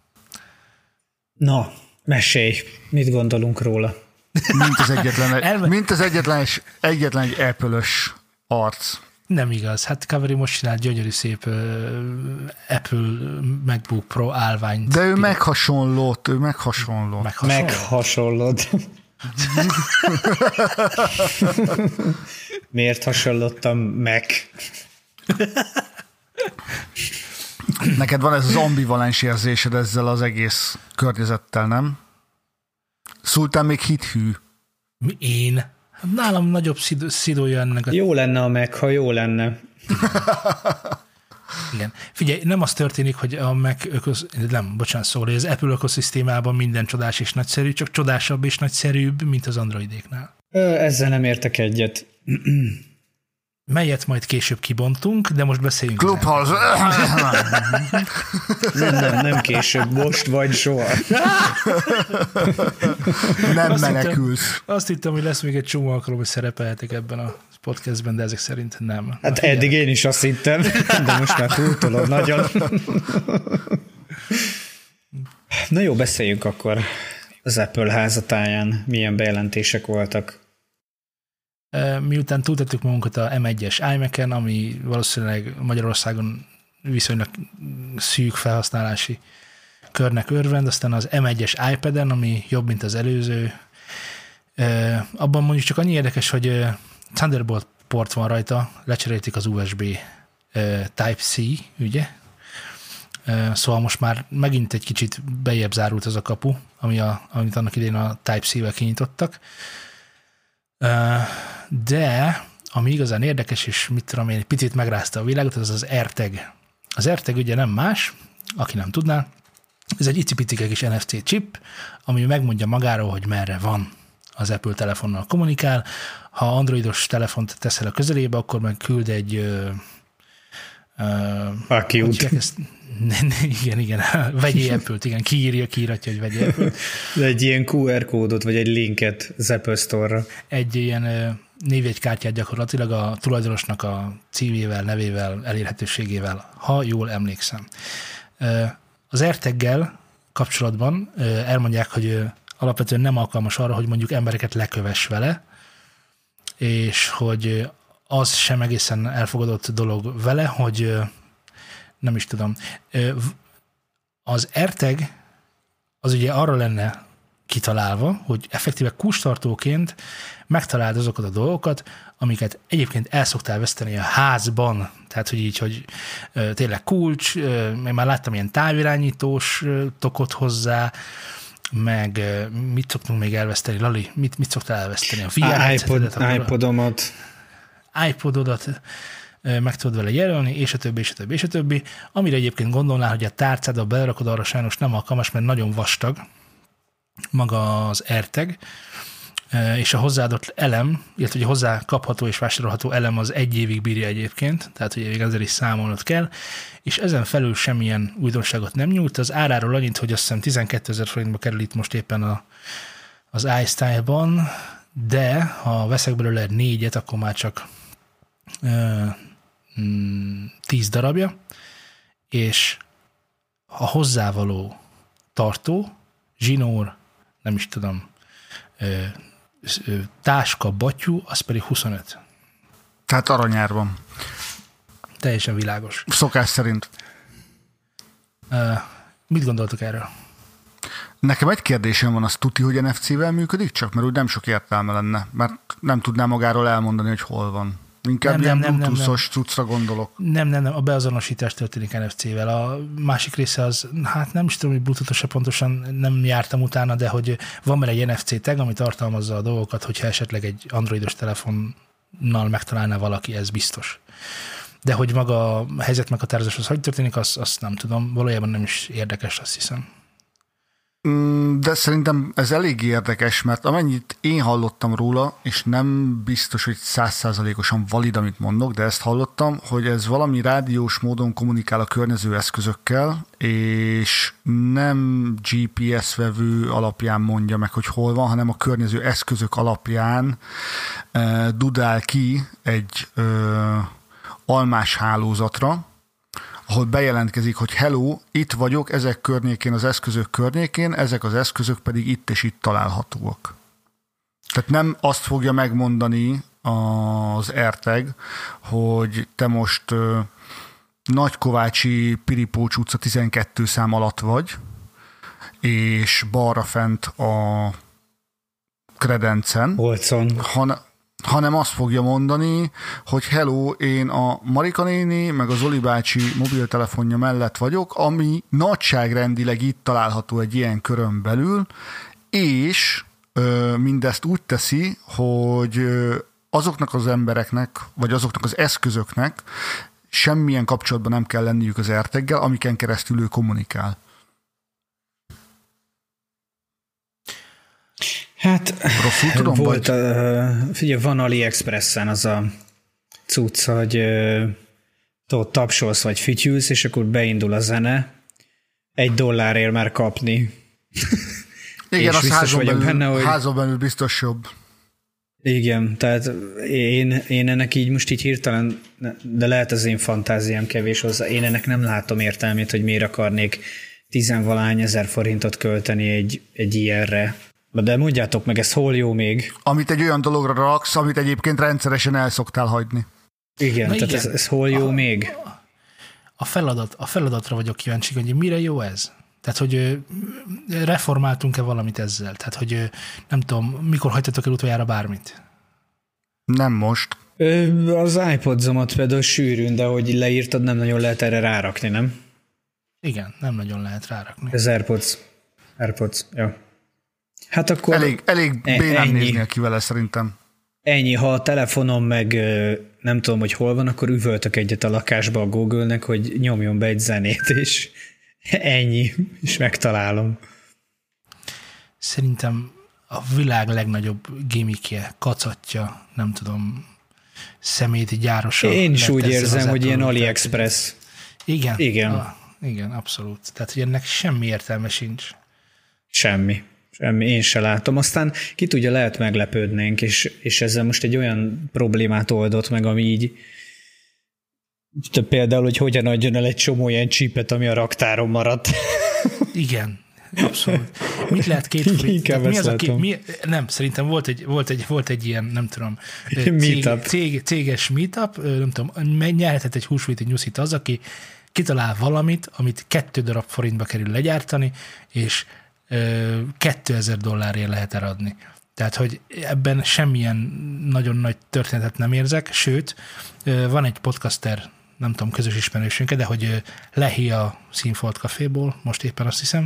Na, mesélj, mit gondolunk róla? Mint az egyetlen, Elme- mint az egyetlen, egyetlen egy Apple-ös arc. Nem igaz. Hát Kaveri most csinált gyönyörű szép uh, Apple MacBook Pro állványt. De ő meghasonlott, ő meghasonlott. Meghasonlott. Miért hasonlottam meg? Neked van ez az ambivalens érzésed ezzel az egész környezettel, nem? Szultán még hithű. Mi én? Nálam nagyobb szidója ennek. A... Jó lenne a Mac, ha jó lenne. Igen. Figyelj, nem az történik, hogy a Mac ökosz... nem, bocsánat, szóval, hogy az Apple ökoszisztémában minden csodás és nagyszerű, csak csodásabb és nagyszerűbb, mint az Androidéknál. Ezzel nem értek egyet. Melyet majd később kibontunk, de most beszéljünk. Clubhouse. nem, nem, nem később, most vagy soha. Nem azt menekülsz. Hittem, azt hittem, hogy lesz még egy csomó alkalom, hogy szerepelhetek ebben a podcastben, de ezek szerint nem. Hát Na, eddig én is azt hittem, de most már túltolod nagyon. Na jó, beszéljünk akkor az Apple házatáján, milyen bejelentések voltak. Miután túltettük magunkat a em egyes iMac-en, ami valószínűleg Magyarországon viszonylag szűk felhasználási körnek örvend, aztán az em egyes iPad-en, ami jobb, mint az előző. Abban mondjuk csak annyi érdekes, hogy Thunderbolt port van rajta, lecserélték az u es bé Type-C, ugye? Szóval most már megint egy kicsit bejebb zárult az a kapu, ami a, amit annak idején a Type-C-vel kinyitottak. De ami igazán érdekes, és mit tudom én, egy picit megrázta a világot, az az AirTag. Az AirTag ugye nem más, aki nem tudná, ez egy icipicike kis en ef cé chip, ami megmondja magáról, hogy merre van az Apple telefonnal kommunikál. Ha androidos telefont teszel a közelébe, akkor meg küld egy uh, ezt, igen, igen, vegyél Apple-t, igen, kiírja, kiíratja, hogy vegyél Apple-t. Egy ilyen kú er kódot, vagy egy linket az Apple Store-ra. Egy ilyen névjegykártyát gyakorlatilag a tulajdonosnak a címével, nevével, elérhetőségével, ha jól emlékszem. Az AirTag-gel kapcsolatban elmondják, hogy alapvetően nem alkalmas arra, hogy mondjuk embereket lekövess vele, és hogy az sem egészen elfogadott dolog vele, hogy nem is tudom. Az AirTag az ugye arra lenne kitalálva, hogy effektíve kulcstartóként megtaláld azokat a dolgokat, amiket egyébként el szoktál veszteni a házban. Tehát, hogy így, hogy tényleg kulcs, én már láttam ilyen távirányítós tokot hozzá, meg mit szoktunk még elveszteni? Lali, mit, mit szoktál elveszteni? A vé iPod, iPodomat. iPododat meg tudod vele jelölni, és a többi, és a többi, és a többi. Amire egyébként gondolnál, hogy a tárcádat belerakod, arra sajnos nem alkalmas, mert nagyon vastag maga az AirTag, és a hozzáadott elem, illetve hogy a hozzá kapható és vásárolható elem az egy évig bírja egyébként, tehát hogy még ezzel is számolnod kell, és ezen felül semmilyen újdonságot nem nyújt. Az áráról annyit, hogy azt hiszem tizenkétezer forintba kerül itt most éppen a, az iStyle-ban, de ha veszek belőle négyet, akkor már csak ö, mm, tíz darabja, és a hozzávaló tartó, zsinór, nem is tudom, ö, ö, táska, batyú, az pedig huszonöt. Tehát aranyárban. Teljesen világos. Szokás szerint. Ö, mit gondoltok erről? Nekem egy kérdésem van, az tuti, hogy en ef cé-vel működik, csak mert úgy nem sok értelme lenne, mert nem tudná magáról elmondani, hogy hol van. Inkább nem, ilyen nem, bluetooth-os cuccra gondolok. Nem, nem, nem, a beazonosítás történik en ef cé-vel. A másik része az, hát nem is tudom, hogy bluetooth-osra pontosan nem jártam utána, de hogy van már egy en ef cé tag, ami tartalmazza a dolgokat, hogyha esetleg egy androidos telefonnal megtalálná valaki, ez biztos. De hogy maga a helyzet meghatározás az hogy történik, azt, azt nem tudom. Valójában nem is érdekes, azt hiszem. De szerintem ez elég érdekes, mert amennyit én hallottam róla, és nem biztos, hogy száz százalékosan valid, amit mondok, de ezt hallottam, hogy ez valami rádiós módon kommunikál a környező eszközökkel, és nem gé pé es vevő alapján mondja meg, hogy hol van, hanem a környező eszközök alapján eh, dudál ki egy eh, almás hálózatra, ahol bejelentkezik, hogy hello, itt vagyok, ezek környékén, az eszközök környékén, ezek az eszközök pedig itt és itt találhatóak. Tehát nem azt fogja megmondani az AirTag, hogy te most uh, Nagykovácsi Piripócs utca tizenkettő szám alatt vagy, és balra fent a kredencen. Olcon. Han- hanem azt fogja mondani, hogy hello, én a Marika néni, meg az Zoli bácsi mobiltelefonja mellett vagyok, ami nagyságrendileg itt található egy ilyen körön belül, és ö, mindezt úgy teszi, hogy ö, azoknak az embereknek, vagy azoknak az eszközöknek semmilyen kapcsolatban nem kell lenniük az AirTaggel, amiken keresztül ő kommunikál. Hát Rosszul tudom, volt, uh, figyelj, van AliExpressen az a cucc, hogy uh, tudod, tapsolsz vagy fütyülsz, és akkor beindul a zene, egy dollárért már kapni. Igen, az házon belül, benne, hogy... házon belül biztos jobb. Igen, tehát én, én ennek így most így hirtelen, de lehet az én fantáziám kevés hozzá, én ennek nem látom értelmét, hogy miért akarnék tizenvalány ezer forintot költeni egy, egy ilyenre. De mondjátok meg, ez hol jó még? Amit egy olyan dologra raksz, amit egyébként rendszeresen el szoktál hagyni. Igen, Na tehát igen. Ez, ez hol jó a, még? A, feladat, a feladatra vagyok kíváncsi, hogy mire jó ez? Tehát, hogy reformáltunk-e valamit ezzel? Tehát, hogy nem tudom, mikor hagytatok el utoljára bármit? Nem most. Az iPodzomat például sűrűn, de hogy leírtad, nem nagyon lehet erre rárakni, nem? Igen, nem nagyon lehet rárakni. Ez AirPods. AirPods, jó. Hát akkor... Elég, elég bénán nézni ki vele szerintem. Ennyi, ha a telefonom meg nem tudom, hogy hol van, akkor üvöltök egyet a lakásba a Google-nek, hogy nyomjon be egy zenét, és ennyi, és megtalálom. Szerintem a világ legnagyobb gimmickje, kacatja, nem tudom, szeméti gyárosa. Én is úgy érzem, hogy ilyen AliExpress. Tehát, igen, igen. A, igen, abszolút. Tehát, hogy ennek semmi értelme sincs. Semmi. Semmi, én se látom. Aztán ki tudja, lehet meglepődnénk, és, és ezzel most egy olyan problémát oldott meg, ami így például, hogy hogyan adjon el egy csomó ilyen csípet, ami a raktáron maradt. Igen, abszolút. Mit lehet két Inkább mi ezt az a látom. mi, nem, szerintem volt egy, volt, egy, volt egy ilyen, nem tudom, Meetup. cég, cég, céges meetup, nem tudom, nyerhetett egy húsvéti nyuszit az, aki kitalál valamit, amit kettő darab forintba kerül legyártani, és kétezer dollárért lehet eladni. Tehát, hogy ebben semmilyen nagyon nagy történetet nem érzek, sőt, van egy podcaster, nem tudom, közös ismerősünket, de hogy Lehi a Színfolt Caféból, most éppen azt hiszem,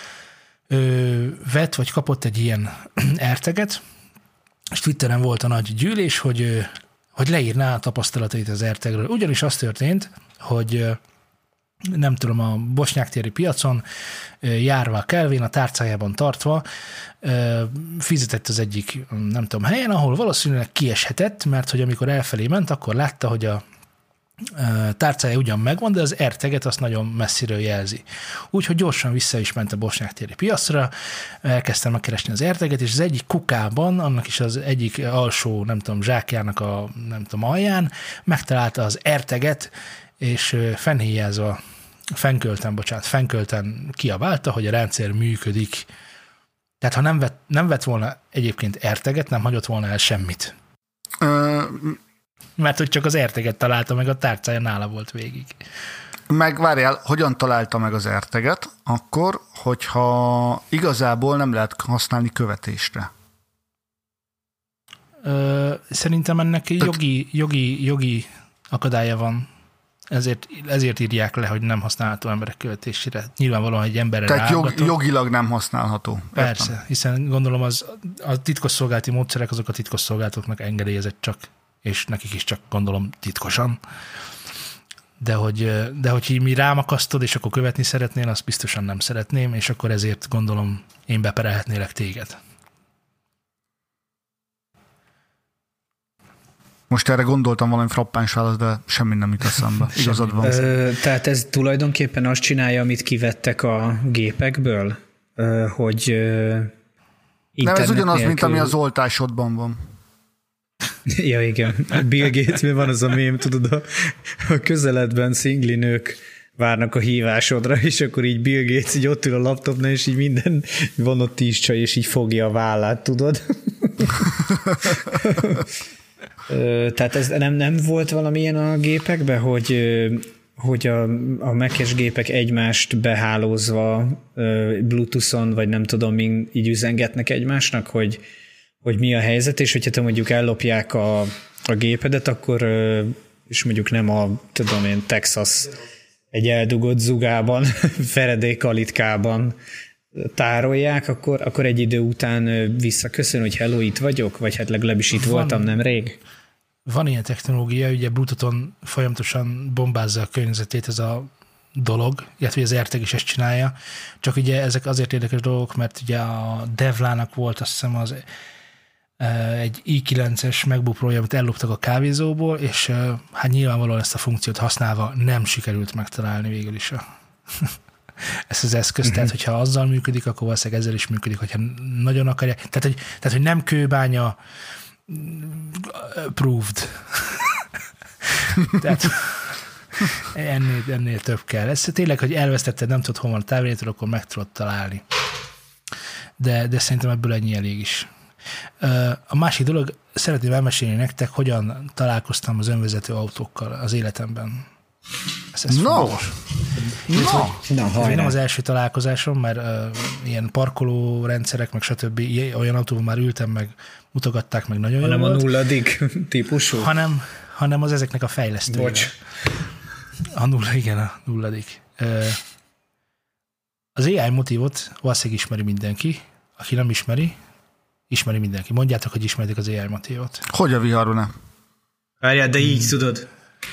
vett, vagy kapott egy ilyen erteget, és Twitteren volt a nagy gyűlés, hogy, hogy leírná a tapasztalatait az ertegről. Ugyanis az történt, hogy nem tudom, a bosnyák-téri piacon járva a Kelvin, a tárcájában tartva fizetett az egyik, nem tudom, helyen, ahol valószínűleg kieshetett, mert hogy amikor elfelé ment, akkor látta, hogy a tárcája ugyan megvan, de az erteget azt nagyon messziről jelzi. Úgyhogy gyorsan vissza is ment a bosnyák-téri piacra, elkezdtem megkeresni az erteget, és az egyik kukában, annak is az egyik alsó, nem tudom, zsákjának a, nem tudom, alján megtalálta az erteget, és fennhéjázva, fenkölten, bocsánat, fenkölten kiabálta, hogy a rendszer működik. Tehát ha nem vett, nem vett volna egyébként erteget, nem hagyott volna el semmit. Ö, Mert hogy csak az erteget találta, meg a tárcája nála volt végig. meg várjál, hogyan találta meg az erteget? Akkor, hogyha igazából nem lehet használni követésre. Ö, szerintem ennek jogi, jogi, jogi akadálya van. Ezért, ezért írják le, hogy nem használható emberek követésére. Nyilvánvalóan egy emberre Tehát jog, rágatott. jogilag nem használható. Persze, Értem. hiszen gondolom az, a titkosszolgálati módszerek azok a titkosszolgálatoknak engedélyezett csak, és nekik is csak gondolom titkosan. De hogy, de hogy így mi rámakasztod, és akkor követni szeretnél, azt biztosan nem szeretném, és akkor ezért gondolom én beperelhetnélek téged. Most erre gondoltam valami frappáns válasz, de semmi nem jut eszembe. Igazad van. Ö, tehát ez tulajdonképpen azt csinálja, amit kivettek a gépekből, ö, hogy ö, Nem, ez ugyanaz, nélkül... mint ami az oltásodban van. Ja, igen. Bill Gates, mi van az a mém, tudod, a, a közeledben szingli nők várnak a hívásodra, és akkor így Bill Gates így ott ül a laptopnál, és így minden, van ott tíz csaj, és így fogja a vállát, tudod? Tehát ez nem, nem volt valamilyen a gépekben, hogy, hogy a, a Mac-es gépek egymást behálózva Bluetooth-on, vagy nem tudom, így üzengetnek egymásnak, hogy, hogy mi a helyzet, és hogyha te mondjuk ellopják a, a gépedet, akkor, és mondjuk nem a, tudom én, Texas egy eldugott zugában, Feredé kalitkában tárolják, akkor, akkor egy idő után visszaköszön, hogy hello, itt vagyok, vagy hát legalábbis itt van, voltam nemrég. Van ilyen technológia, ugye Bluetooth-on folyamatosan bombázza a környezetét ez a dolog, illetve az AirTag is ezt csinálja, csak ugye ezek azért érdekes dolgok, mert ugye a Devlának volt azt hiszem az egy i kilences MacBook Pro-ja, amit elloptak a kávézóból, és hát nyilvánvalóan ezt a funkciót használva nem sikerült megtalálni végül is a ezt az eszközt, uh-huh. Tehát hogyha azzal működik, akkor valószínűleg ezzel is működik, hogyha nagyon akarják. Tehát, hogy, tehát, hogy nem kőbánya approved. Tehát ennél, ennél több kell. Ez tényleg, hogy elvesztetted, nem tudod, hol van a távirányító, akkor meg tudod találni. De, de szerintem ebből ennyi elég is. A másik dolog, szeretném elmesélni nektek, hogyan találkoztam az önvezető autókkal az életemben. Ez, ez no! No! No, ez nem az első találkozásom, mert uh, ilyen parkoló rendszerek, meg stb. Olyan autóban már ültem, meg mutogatták, meg nagyon jó hanem volt. a nulladik típusú? Hanem, hanem az ezeknek a fejlesztői. Bocs. A nulla, igen, a nulladik. Uh, az á i motívot valószínűleg ismeri mindenki. Aki nem ismeri, ismeri mindenki. Mondjátok, hogy ismeritek az á i motívot. Hogy a viharban nem? Várjál, de így tudod.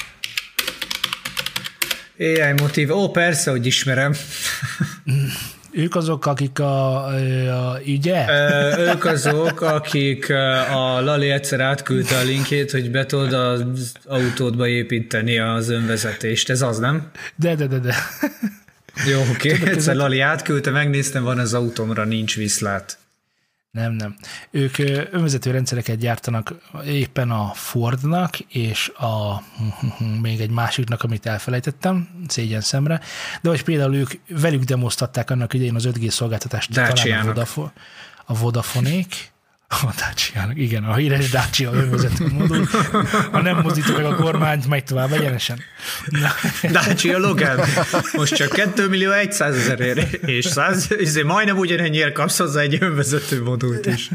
á i motív. Ó, persze, hogy ismerem. Ők azok, akik a, a ügye? Ö, ők azok, akik a Lali egyszer átküldte a linkjét, hogy be tudod az autódba építeni az önvezetést. Ez az, nem? De, de, de, de. Jó, oké. Okay. Egyszer Lali átküldte, megnéztem, van az autómra, nincs viszlát. Nem, nem. Ők önvezető rendszereket gyártanak éppen a Fordnak, és a még egy másiknak, amit elfelejtettem, szégyen szemre, de hogy például ők velük demoztatták annak idején az öt G szolgáltatást, talán a, Vodafone, a Vodafonék, a Dacia-nak, igen, a híres Dacia önvezető modul. Ha nem mozdítja meg a kormányt, megy tovább egyenesen. Dacia Logan. Most csak két millió százezerért, és száz, ezért majdnem ugyanennyiért kapsz hozzá egy önvezető modult is.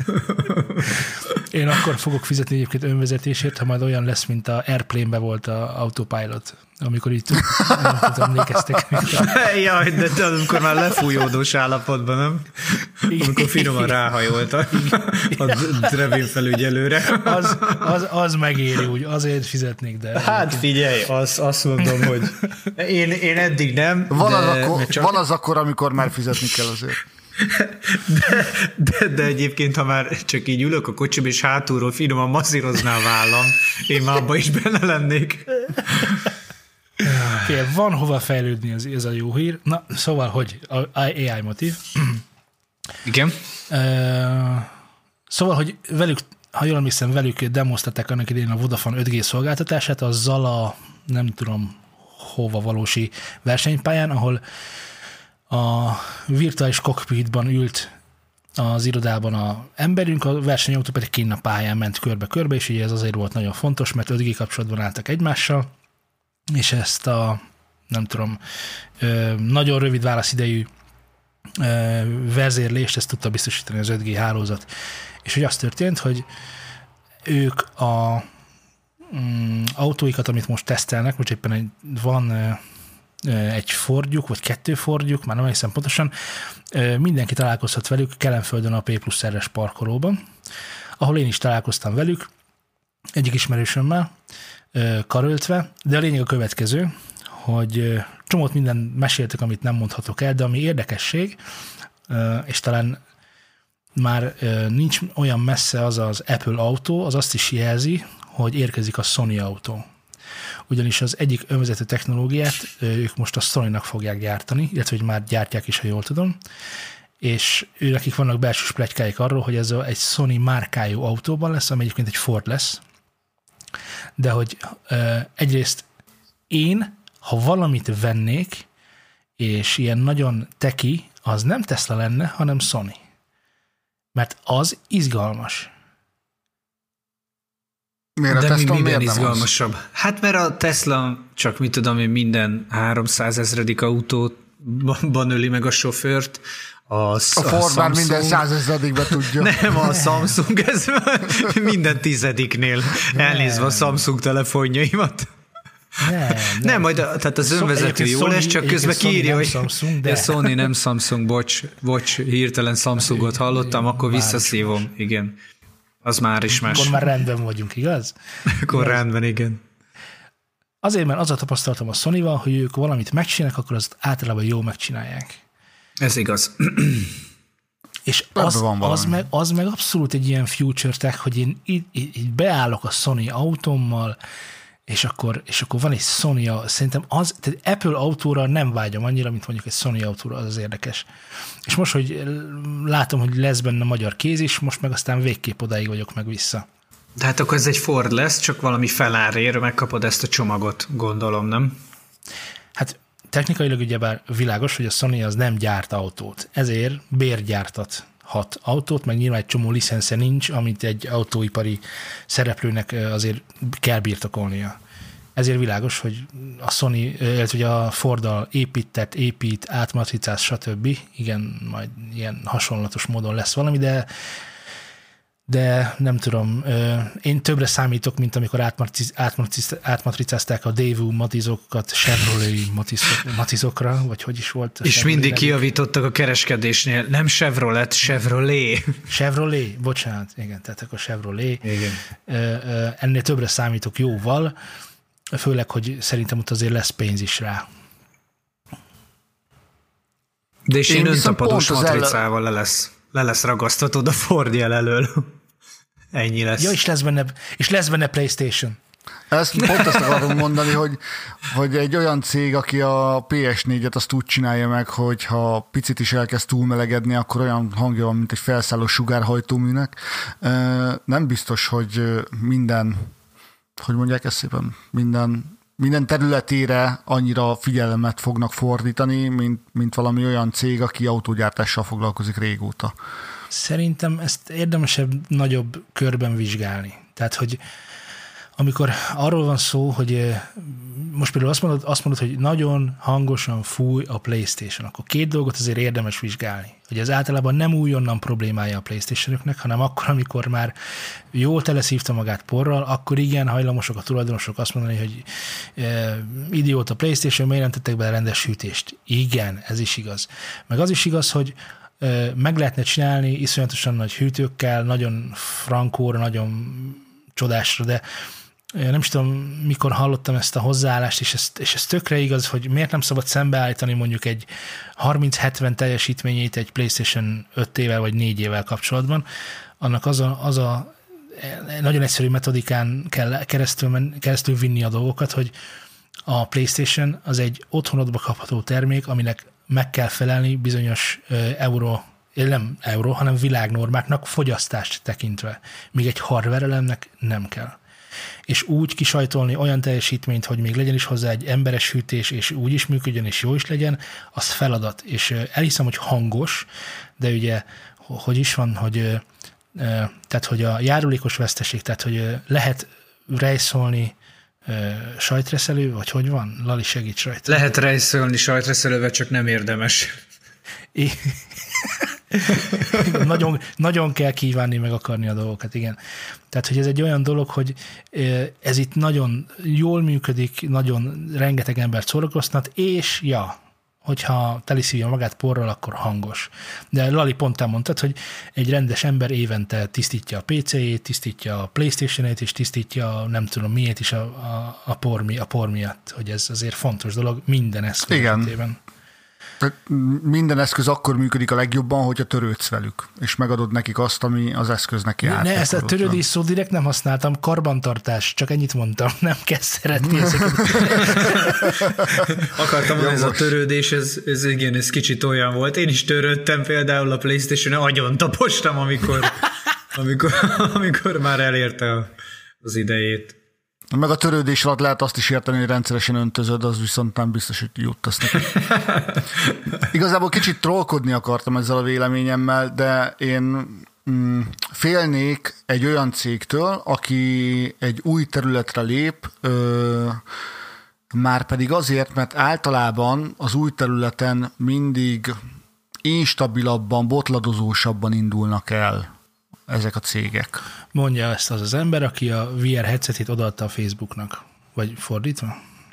Én akkor fogok fizetni egyébként önvezetésért, ha majd olyan lesz, mint a Airplane-be volt a Autopilot, amikor így nem tudom, emlékeztek. Jaj, de, de amikor már lefújódós állapotban, nem? Amikor finoman ráhajolt a, a Drevin felügyelőre. Az, az, az megéri, úgy, azért fizetnék, de... Hát figyelj, az, azt mondom, hogy én, én eddig nem. Van, de, az akkor, csak... van az akkor, amikor már fizetni kell azért. De, de, de egyébként, ha már csak így ülök a kocsiba, és hátulról finoman masszírozná a vállam, én már abban is benne lennék. Fél, van hova fejlődni, ez, ez a jó hír. Na, szóval, hogy a á i motív. Igen. Uh, szóval, hogy velük, ha jól emlékszem, velük demoztatták annak idején a Vodafone öt G szolgáltatását, a Zala, nem tudom hova valósi versenypályán, ahol a virtuális cockpitban ült az irodában a emberünk, a versenyautó pedig kinn a pályán ment körbe-körbe, és ugye ez azért volt nagyon fontos, mert öt G kapcsolatban álltak egymással, és ezt a, nem tudom, nagyon rövid válaszidejű vezérlést, ezt tudta biztosítani az öt G hálózat. És hogy az történt, hogy ők a mm, autóikat, amit most tesztelnek, most éppen egy, van egy Fordjuk, vagy kettő Fordjuk, már nem hiszem pontosan, mindenki találkozhat velük Kelenföldön a P plusz R-es parkolóban, ahol én is találkoztam velük, egyik ismerősömmel, karöltve, de a lényeg a következő, hogy csomót minden meséltek, amit nem mondhatok el, de ami érdekesség, és talán már nincs olyan messze az az Apple autó, az azt is jelzi, hogy érkezik a Sony autó. Ugyanis az egyik önvezető technológiát ők most a Sony-nak fogják gyártani, illetve hogy már gyártják is, ha jól tudom, és őnekik vannak belsős pletykáik arról, hogy ez egy Sony márkájú autóban lesz, ami egyébként egy Ford lesz, de hogy egyrészt én, ha valamit vennék, és ilyen nagyon teki, az nem Tesla lenne, hanem Sony. Mert az izgalmas. Miért de a Tesla mi minden miért izgalmasabb? Az? Hát mert a Tesla csak mit tudom én minden háromszázezredik autóban öli meg a sofőrt. A, a Ford már minden százezredikbe tudja. Nem, a Samsung, ez minden tizediknél elnézve a Samsung telefonjaimat. Nem, nem. nem, majd a, tehát az önvezető jó lesz, csak közben kiírja, hogy Samsung, de... de Sony nem Samsung, bocs, bocs, hirtelen Samsungot hallottam, akkor visszaszívom, igen. Az már is más. Akkor már rendben vagyunk, igaz? Akkor igaz? Rendben, igen. Azért, mert az a tapasztalatom a Sony-val, hogy ők valamit megcsinálnak, akkor azt általában jól megcsinálják. Ez igaz. És az, az, meg, az meg abszolút egy ilyen future tech, hogy én így, így beállok a Sony autómmal, és akkor, és akkor van egy Sony, szerintem az, tehát Apple autóra nem vágyom annyira, mint mondjuk egy Sony autóra, az az érdekes. És most, hogy látom, hogy lesz benne magyar kéz is, most meg aztán végképp odáig vagyok meg vissza. De hát akkor ez egy Ford lesz, csak valami felárér, megkapod ezt a csomagot, gondolom, nem? Hát technikailag ugyebár világos, hogy a Sony az nem gyárt autót, ezért bérgyártat hat autót, meg nyilván egy csomó licensze nincs, amit egy autóipari szereplőnek azért kell birtokolnia. ezért világos, hogy a Sony, illetve a Forddal épített, épít, átmatricáz, stb. Igen, majd ilyen hasonlatos módon lesz valami, de de nem tudom, én többre számítok, mint amikor átmatriz, átmatriz, átmatricázták a Daewoo Matizókat Chevrolet Matizokra, vagy hogy is volt. És mindig kijavítottak a kereskedésnél, nem Chevrolet, Chevrolet. Chevrolet, bocsánat, igen, tehát akkor Chevrolet. Igen. Ennél többre számítok jóval, főleg, hogy szerintem ott azért lesz pénz is rá. De és én, én öntapadós matricával le lesz, le lesz ragasztatod a Ford jel elől. Ennyi lesz. Ja, és lesz benne, és lesz benne PlayStation. Ezt pont azt akarom mondani, hogy, hogy egy olyan cég, aki a pé es négyet azt úgy csinálja meg, hogy ha picit is elkezd túlmelegedni, akkor olyan hangja van, mint egy felszálló sugárhajtóműnek. Nem biztos, hogy minden, hogy mondják ezt szépen, minden, minden területére annyira figyelmet fognak fordítani, mint, mint valami olyan cég, aki autógyártással foglalkozik régóta. Szerintem ezt érdemesebb nagyobb körben vizsgálni. Tehát, hogy amikor arról van szó, hogy most például azt mondod, azt mondod, hogy nagyon hangosan fúj a PlayStation, akkor két dolgot azért érdemes vizsgálni. Hogy ez általában nem újonnan problémája a PlayStation-öknek, hanem akkor, amikor már jól teleszívta magát porral, akkor igen, hajlamosok a tulajdonosok azt mondani, hogy e, idióta PlayStation, miért nem tettek bele rendes hűtést? Igen, ez is igaz. Meg az is igaz, hogy e, meg lehetne csinálni iszonyatosan nagy hűtőkkel, nagyon frankóra, nagyon csodásra, de nem is tudom, mikor hallottam ezt a hozzáállást, és ez, és ez tökre igaz, hogy miért nem szabad szembeállítani mondjuk egy harminc hetven teljesítményét egy PlayStation ötével vagy négyével kapcsolatban. Annak az a, az a nagyon egyszerű metodikán kell keresztül, keresztül vinni a dolgokat, hogy a PlayStation az egy otthonodba kapható termék, aminek meg kell felelni bizonyos euró, nem euró, hanem világnormáknak fogyasztást tekintve. Míg egy hardware elemnek nem kell. És úgy kisajtolni olyan teljesítményt, hogy még legyen is hozzá egy emberes hűtés, és úgy is működjön, és jó is legyen, az feladat. És elhiszem, hogy hangos, de ugye, hogy is van, hogy, tehát, hogy a járulékos veszteség, tehát, hogy lehet rejszolni sajtreszelő, vagy hogy van? Lali, segíts rajta. Lehet rejszolni sajtreszelővel, csak nem érdemes. É- nagyon, nagyon kell kívánni, meg akarni a dolgokat, igen. Tehát, hogy ez egy olyan dolog, hogy ez itt nagyon jól működik, nagyon rengeteg embert szórakoztat, és ja, hogyha teliszívja magát porral, akkor hangos. De Lali pont elmondtad, hogy egy rendes ember évente tisztítja a pé céjét, tisztítja a PlayStation-ét, és tisztítja nem tudom miért is a, a, a, por, a por miatt, hogy ez azért fontos dolog minden eszköz esetében. Minden eszköz akkor működik a legjobban, hogyha törődsz velük, és megadod nekik azt, ami az eszköznek jár. Ne, ezt a törődés szó direkt nem használtam, karbantartás, csak ennyit mondtam, nem kell szeretni ezeket. Akartam mondani, ez a törődés, ez, ez igen, ez kicsit olyan volt. Én is törődtem például a PlayStation-en, agyon tapostam, amikor, amikor, amikor már elérte az idejét. Meg a törődés alatt lehet azt is érteni, hogy rendszeresen öntözöd, az viszont nem biztos, hogy juttasz neki. Igazából kicsit trollkodni akartam ezzel a véleményemmel, de én mm, félnék egy olyan cégtől, aki egy új területre lép, ö, már pedig azért, mert általában az új területen mindig instabilabban, botladozósabban indulnak el ezek a cégek. Mondja ezt az az ember, aki a vé er headsetét odaadta a Facebooknak. Vagy fordítva?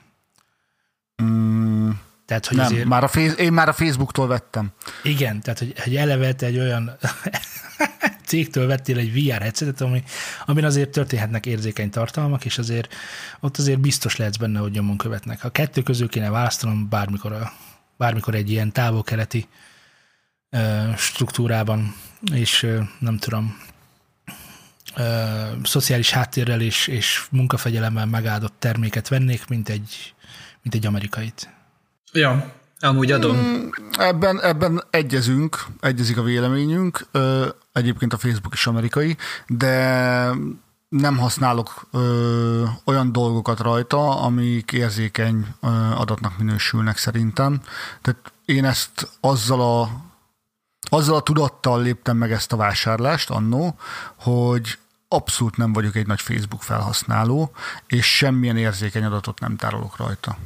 Mm, tehát, hogy nem, azért... már a face, én már a Facebooktól vettem. Igen, tehát, hogy, hogy eleve te egy olyan cégtől vettél egy vé er headsetet, ami, amin azért történhetnek érzékeny tartalmak, és azért ott azért biztos lehetsz benne, hogy nyomon követnek. A kettő közül kéne választanom bármikor, a, bármikor egy ilyen távol-keleti uh, struktúrában, és uh, nem tudom, Uh, szociális háttérrel és, és munkafegyelemmel megáldott terméket vennék, mint egy, mint egy amerikait. Ja, amúgy adom. Mm, ebben, ebben egyezünk, egyezik a véleményünk. Uh, egyébként a Facebook is amerikai, de nem használok uh, olyan dolgokat rajta, amik érzékeny uh, adatnak minősülnek szerintem. Tehát én ezt azzal a azzal a tudattal léptem meg ezt a vásárlást annó, hogy abszolút nem vagyok egy nagy Facebook felhasználó, és semmilyen érzékeny adatot nem tárolok rajta.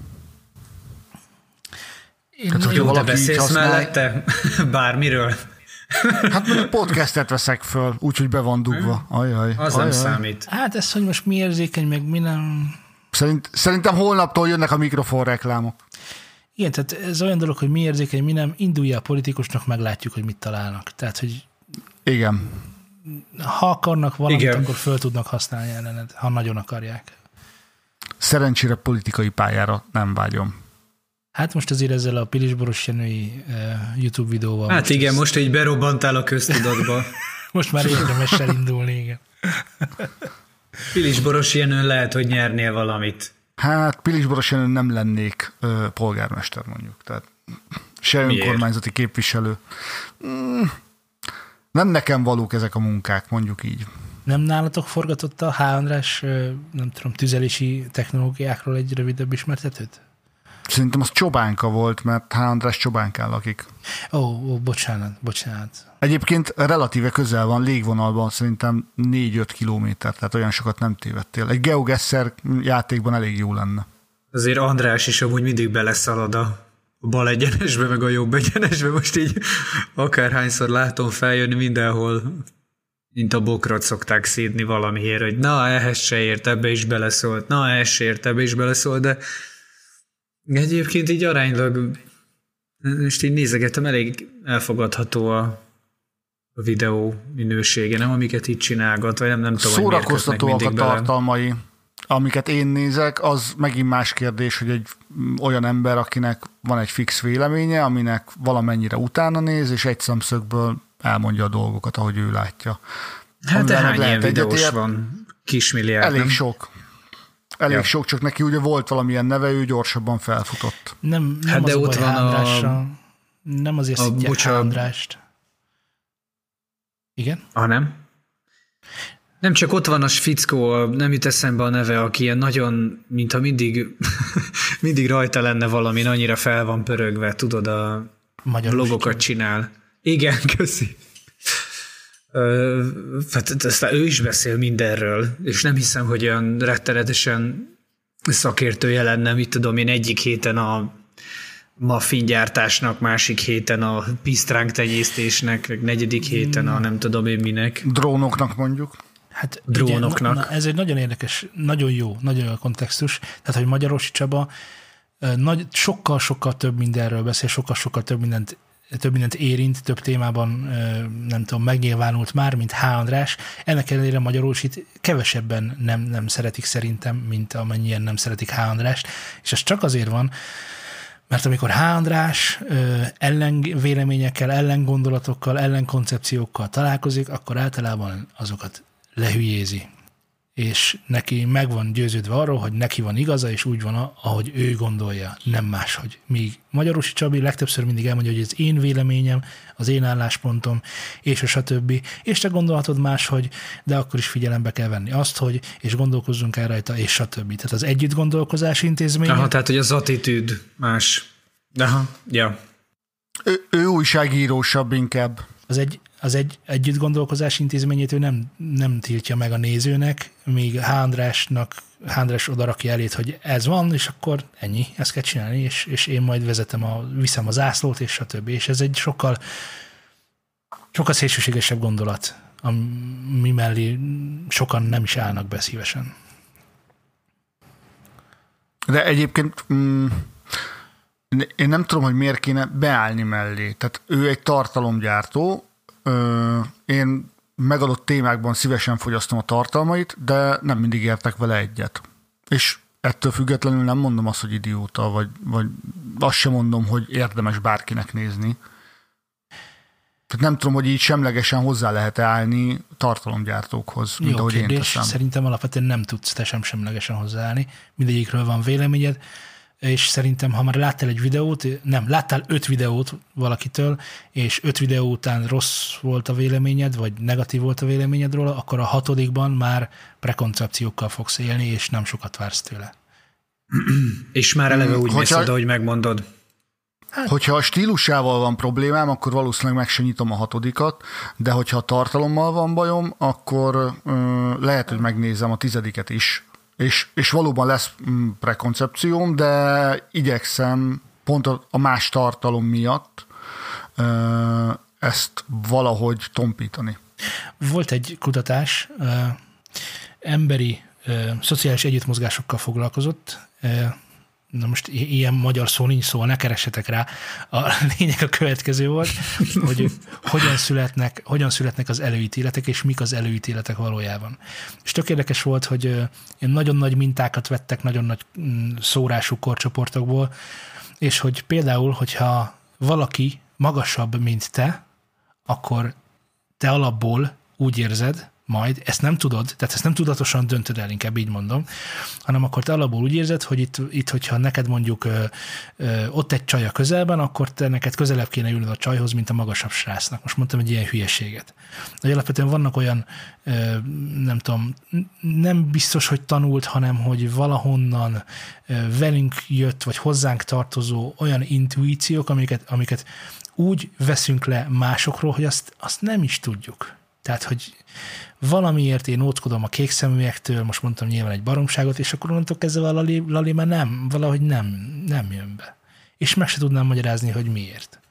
Én Tehát, jó, te beszélsz használ... mellette bármiről? Hát mondjuk podcastet veszek föl, úgyhogy be van dugva. Ajaj, az ajaj. nem számít. Hát ez, hogy most mi érzékeny, meg mi nem... Szerint, szerintem holnaptól jönnek a mikrofonreklámok. Igen, tehát ez olyan dolog, hogy mi érzékeny, mi nem. Indulja a politikusnak, meglátjuk, hogy mit találnak. Tehát, hogy... Igen. Ha akarnak valamit, Igen. akkor föl tudnak használni ellened, ha nagyon akarják. Szerencsére politikai pályára nem vágyom. Hát most azért ezzel a Pilisboros Jenői uh, YouTube videóval... Hát most igen, ez... most így berobbantál a köztudatba. Most már érdemes elindulni, igen. Pilisboros Jenőn lehet, hogy nyernél valamit. Hát Pilisboros Jenőn nem lennék ö, polgármester mondjuk. Tehát se Miért? Önkormányzati képviselő. Mm, nem nekem valók ezek a munkák, mondjuk így. Nem nálatok forgatott a H. András, nem tudom, tüzelési technológiákról egy rövidebb ismertetőt? Szerintem az Csobánka volt, mert H. András Csobánkán lakik. Ó, ó, bocsánat, bocsánat. Egyébként relatíve közel van, légvonalban szerintem négy-öt kilométer, tehát olyan sokat nem tévedtél. Egy GeoGuessr játékban elég jó lenne. Azért András is amúgy mindig beleszalad a bal egyenesbe, meg a jobb egyenesbe. Most így akárhányszor látom feljönni mindenhol, mint a bokrot szokták szídni valamiért, hogy na, ehhez se ért, ebbe is beleszólt, na, ehhez se ért, ebbe is beleszólt, de egyébként így aránylag, most így nézegetem, elég elfogadható a, a videó minősége, nem amiket itt csinálgat, vagy nem, nem tudom, hogy miért kötnek szórakoztatóak mindig a bele. tartalmai, amiket én nézek, az megint más kérdés, hogy egy olyan ember, akinek van egy fix véleménye, aminek valamennyire utána néz, és egy szemszögből elmondja a dolgokat, ahogy ő látja. Hát de hány ilyen videós egyetért, van? Kismilliárd, Elég nem? sok. Elég Ja. sok, csak neki ugye volt valamilyen neve, ő gyorsabban felfutott. Nem, nem Hát az de a ott baj van a- Andrással. Nem azért a szidják bocsa- Andrást. Igen? Ah, nem? Nem, csak ott van a fickó, nem jut eszembe a neve, aki ilyen nagyon, mintha mindig, mindig rajta lenne valami, annyira fel van pörögve, tudod, a vlogokat csinál. Igen, köszi. Ö, hát aztán ő is beszél mindenről, és nem hiszem, hogy olyan rettenetesen szakértője lenne, mit tudom én, egyik héten a muffingyártásnak, másik héten a pisztránk tenyésztésnek, meg negyedik héten a nem tudom én minek. Drónoknak mondjuk. Hát Drónoknak. Ugye, na, na, ez egy nagyon érdekes, nagyon jó, nagyon jó a kontextus. Tehát, hogy Magyarosi Csaba nagy, sokkal-sokkal több mindenről beszél, sokkal-sokkal több mindent, több mindent érint, több témában nem tudom, megnyilvánult már, mint H. András. Ennek ellenére Magyarosit kevesebben nem, nem szeretik szerintem, mint amennyien nem szeretik H. Andrást. És ez csak azért van, mert amikor H. András ellenvéleményekkel, ellengondolatokkal, ellenkoncepciókkal találkozik, akkor általában azokat lehülyézi. És neki meg van győződve arról, hogy neki van igaza, és úgy van, ahogy ő gondolja, nem máshogy. Míg Magyarosi Csabi legtöbbször mindig elmondja, hogy az én véleményem, az én álláspontom, és a stb. És te gondolhatod máshogy, de akkor is figyelembe kell venni azt, hogy, és gondolkozzunk el rajta, és stb. Tehát az együtt gondolkozási intézmény. Aha, tehát, hogy az attitűd más. Aha, ja. Ő, ő újságírósabb inkább. Az egy, az egy együtt gondolkozási intézményét ő nem, nem tiltja meg a nézőnek, míg H. Andrásnak, H. András odarakja elét, hogy ez van, és akkor ennyi, ezt kell csinálni, és, és én majd vezetem, a, viszem a zászlót, és stb. És ez egy sokkal, sokkal szélsőségesebb gondolat, ami mellé sokan nem is állnak be szívesen. De egyébként mm, én nem tudom, hogy miért kéne beállni mellé. Tehát ő egy tartalomgyártó, ö, én megadott témákban szívesen fogyasztom a tartalmait, de nem mindig értek vele egyet. És ettől függetlenül nem mondom azt, hogy idióta, vagy, vagy azt sem mondom, hogy érdemes bárkinek nézni. Tehát nem tudom, hogy így semlegesen hozzá lehet állni tartalomgyártókhoz, mint Jó ahogy kérdés, én teszem. Szerintem alapvetően nem tudsz te sem semlegesen hozzáállni. Mindegyikről van véleményed, és szerintem, ha már láttál egy videót, nem, láttál öt videót valakitől, és öt videó után rossz volt a véleményed, vagy negatív volt a véleményed róla, akkor a hatodikban már prekoncepciókkal fogsz élni, és nem sokat vársz tőle. És már eleve úgy Hogyha... mész oda, hogy megmondod. Hát. Hogyha a stílusával van problémám, akkor valószínűleg meg se nyitom a hatodikat, de hogyha a tartalommal van bajom, akkor ö, lehet, hogy megnézem a tizediket is. És, és valóban lesz mm, prekoncepcióm, de igyekszem pont a, a más tartalom miatt ö, ezt valahogy tompítani. Volt egy kutatás, ö, emberi ö, szociális együttmozgásokkal foglalkozott. Ö, na most ilyen magyar szó nincs, szóval ne keressetek rá. A lényeg a következő volt, hogy hogyan születnek, hogyan születnek az előítéletek, és mik az előítéletek valójában. És tök érdekes volt, hogy ö, nagyon nagy mintákat vettek, nagyon nagy mm, szórású korcsoportokból, és hogy például, hogyha valaki magasabb, mint te, akkor te alapból úgy érzed, majd ezt nem tudod, tehát ezt nem tudatosan döntöd el, inkább így mondom, hanem akkor te alapból úgy érzed, hogy itt, itt hogyha neked mondjuk ö, ö, ott egy csaj a közelben, akkor te neked közelebb kéne ülnöd a csajhoz, mint a magasabb srácnak. Most mondtam egy ilyen hülyeséget. De alapvetően vannak olyan, ö, nem tudom, nem biztos, hogy tanult, hanem hogy valahonnan ö, velünk jött, vagy hozzánk tartozó olyan intuíciók, amiket, amiket úgy veszünk le másokról, hogy azt, azt nem is tudjuk. Tehát, hogy valamiért én óckodom a kék szeműektől, most mondtam nyilván egy baromságot, és akkor onnantól kezdve a Lali, Lali már nem, valahogy nem, nem jön be. És meg se tudnám magyarázni, hogy miért.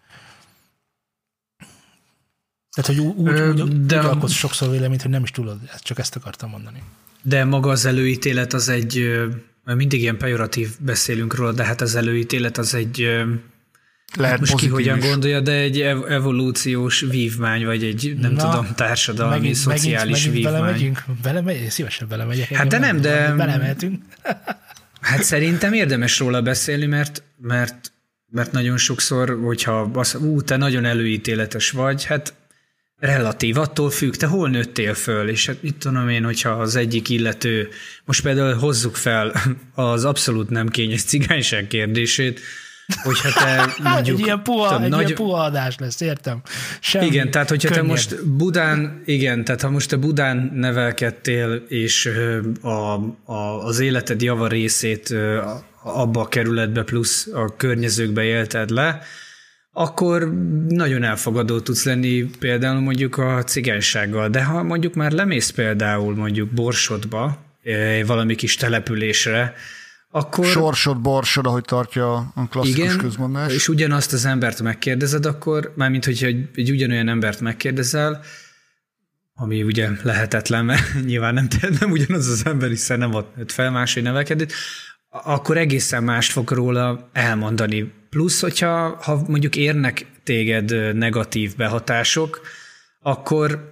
Tehát, hogy úgy, Ö, úgy, de úgy alkotsz sokszor véleményt, hogy nem is tudod, csak ezt akartam mondani. De maga az előítélet az egy, mindig ilyen pejoratív beszélünk róla, de hát az előítélet az egy... Lehet most ki hogyan is gondolja, de egy evolúciós vívmány, vagy egy, nem Na, tudom, társadalmi, megint, szociális megint, megint vívmány. Belemegyünk? Belemegy? Szívesen belemegyek. Hát de nem, de... Belemehetünk. Hát szerintem érdemes róla beszélni, mert, mert, mert nagyon sokszor, hogyha az, ú, te nagyon előítéletes vagy, hát relatív, attól függ, te hol nőttél föl, és hát mit tudom én, hogyha az egyik illető, most például hozzuk fel az abszolút nem kényes cigányság kérdését, hogyha te mondjuk... egy ilyen puha, tudom, egy nagy... ilyen puha adás lesz, értem? Semmi igen, tehát hogyha könnyed. te most Budán, igen, tehát ha most te Budán nevelkedtél, és a, a, az életed java részét abba a kerületbe plusz a környezőkbe élted le, akkor nagyon elfogadó tudsz lenni például mondjuk a cigánysággal. De ha mondjuk már lemész például mondjuk Borsodba, valami kis településre, akkor... Sorsod, borsod, ahogy tartja a klasszikus igen, közmondás. És ugyanazt az embert megkérdezed, akkor, mármint, hogyha egy, egy ugyanolyan embert megkérdezel, ami ugye lehetetlen, mert nyilván nem, nem ugyanaz az ember, hiszen nem ott fel máshogy nevelkedett, akkor egészen mást fog róla elmondani. Plusz, hogyha ha mondjuk érnek téged negatív behatások, akkor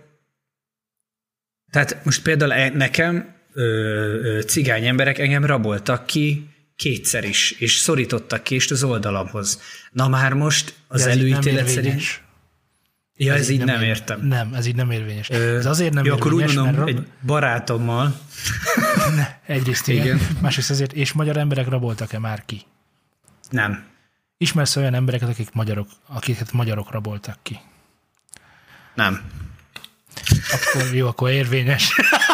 tehát most például nekem Ö, ö, cigány emberek engem raboltak ki kétszer is, és szorítottak ki és az oldalamhoz. Na már most az ez előítélet szerint... Ja, ez, ez így nem, nem értem. Nem, ez így nem érvényes. Ö, ez azért nem jó, érvényes, akkor úgy mondom, mert... egy barátommal... ne, egyrészt igen. igen. Másrészt azért, és magyar emberek raboltak-e már ki? Nem. Ismersz olyan embereket, akik magyarok, akiket magyarok raboltak ki? Nem. Akkor jó, akkor érvényes.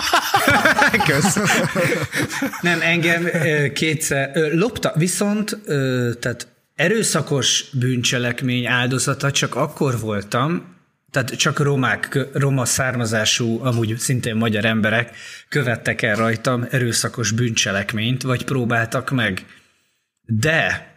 Kösz. Nem, engem kétszer lopta, viszont tehát erőszakos bűncselekmény áldozata csak akkor voltam, tehát csak romák, roma származású, amúgy szintén magyar emberek követtek el rajtam erőszakos bűncselekményt, vagy próbáltak meg. De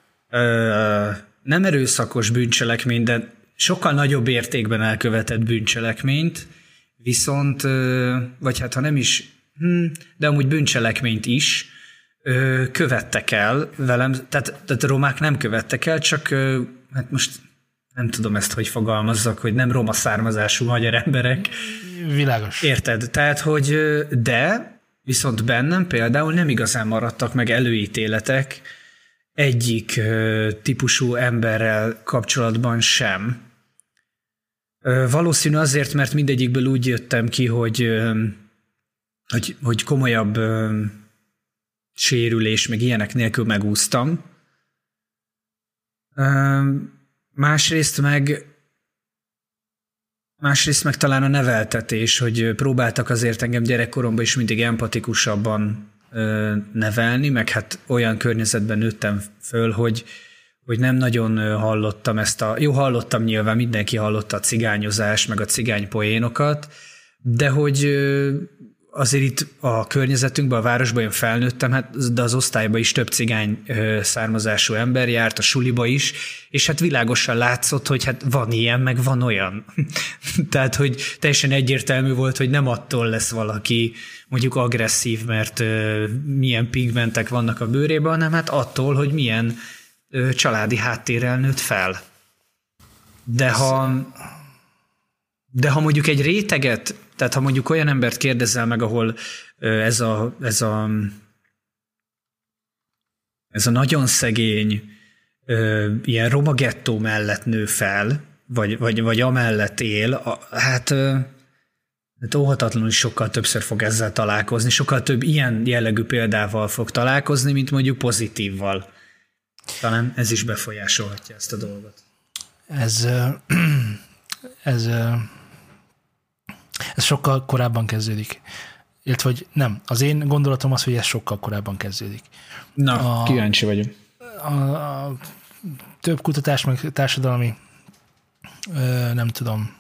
ö, nem erőszakos bűncselekmény, de sokkal nagyobb értékben elkövetett bűncselekményt, viszont, vagy hát ha nem is, de amúgy bűncselekményt is követtek el velem, tehát, tehát romák nem követtek el, csak hát most nem tudom ezt, hogy fogalmazzak, hogy nem roma származású magyar emberek. Világos. Érted? Tehát, hogy de, viszont bennem például nem igazán maradtak meg előítéletek egyik típusú emberrel kapcsolatban sem. Valószínű azért, mert mindegyikből úgy jöttem ki, hogy, hogy, hogy komolyabb sérülés, meg ilyenek nélkül megúsztam. Másrészt meg másrészt meg talán a neveltetés, hogy próbáltak azért engem gyerekkoromban is mindig empatikusabban nevelni, meg hát olyan környezetben nőttem föl, hogy, hogy nem nagyon hallottam ezt a... Jó, hallottam nyilván, mindenki hallotta a cigányozás, meg a cigánypoénokat, de hogy azért itt a környezetünkben, a városban én felnőttem, hát, de az osztályban is több cigány származású ember járt, a suliba is, és hát világosan látszott, hogy hát van ilyen, meg van olyan. Tehát, hogy teljesen egyértelmű volt, hogy nem attól lesz valaki mondjuk agresszív, mert milyen pigmentek vannak a bőrében, hanem hát attól, hogy milyen családi háttérrel nőtt fel. De ha, de ha mondjuk egy réteget, tehát ha mondjuk olyan embert kérdezel meg, ahol ez a, ez a, ez a nagyon szegény ilyen roma gettó mellett nő fel, vagy, vagy, vagy amellett él, hát, hát óhatatlanul sokkal többször fog ezzel találkozni, sokkal több ilyen jellegű példával fog találkozni, mint mondjuk pozitívval. Talán ez is befolyásolhatja ezt a dolgot. Ez, ez, ez sokkal korábban kezdődik. Illetve, hogy nem. Az én gondolatom az, hogy ez sokkal korábban kezdődik. Na, a, kíváncsi vagyok. A, a több kutatás, meg társadalmi, nem tudom.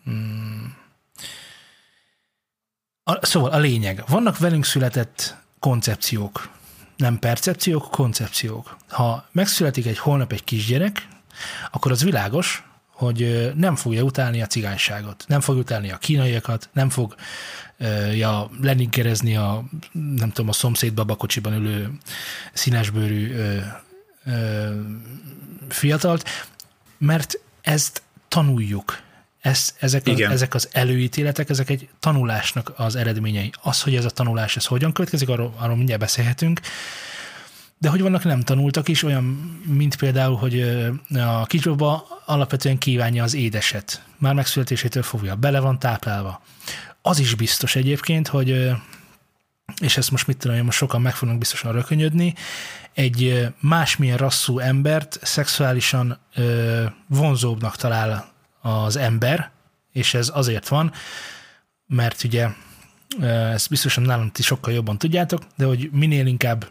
A, szóval a lényeg. Vannak velünk született koncepciók, nem percepciók, koncepciók. Ha megszületik egy holnap egy kisgyerek, akkor az világos, hogy nem fogja utálni a cigányságot, nem fogja utálni a kínaiakat, nem fogja leninkerezni a, nem tudom, a szomszéd babakocsiban ülő színesbőrű ö, ö, fiatalt, mert ezt tanuljuk. Ez, ezek, a, ezek az előítéletek, ezek egy tanulásnak az eredményei. Az, hogy ez a tanulás, ez hogyan következik, arról, arról mindjárt beszélhetünk. De hogy vannak nem tanultak is, olyan, mint például, hogy a kisbaba alapvetően kívánja az édeset. Már megszületésétől fogja, bele van táplálva. Az is biztos egyébként, hogy, és ezt most mit tudom, most sokan meg fognak biztosan rökönyödni, egy másmilyen rasszú embert szexuálisan vonzóbbnak talál az ember, és ez azért van, mert ugye ezt biztosan nálam ti sokkal jobban tudjátok, de hogy minél inkább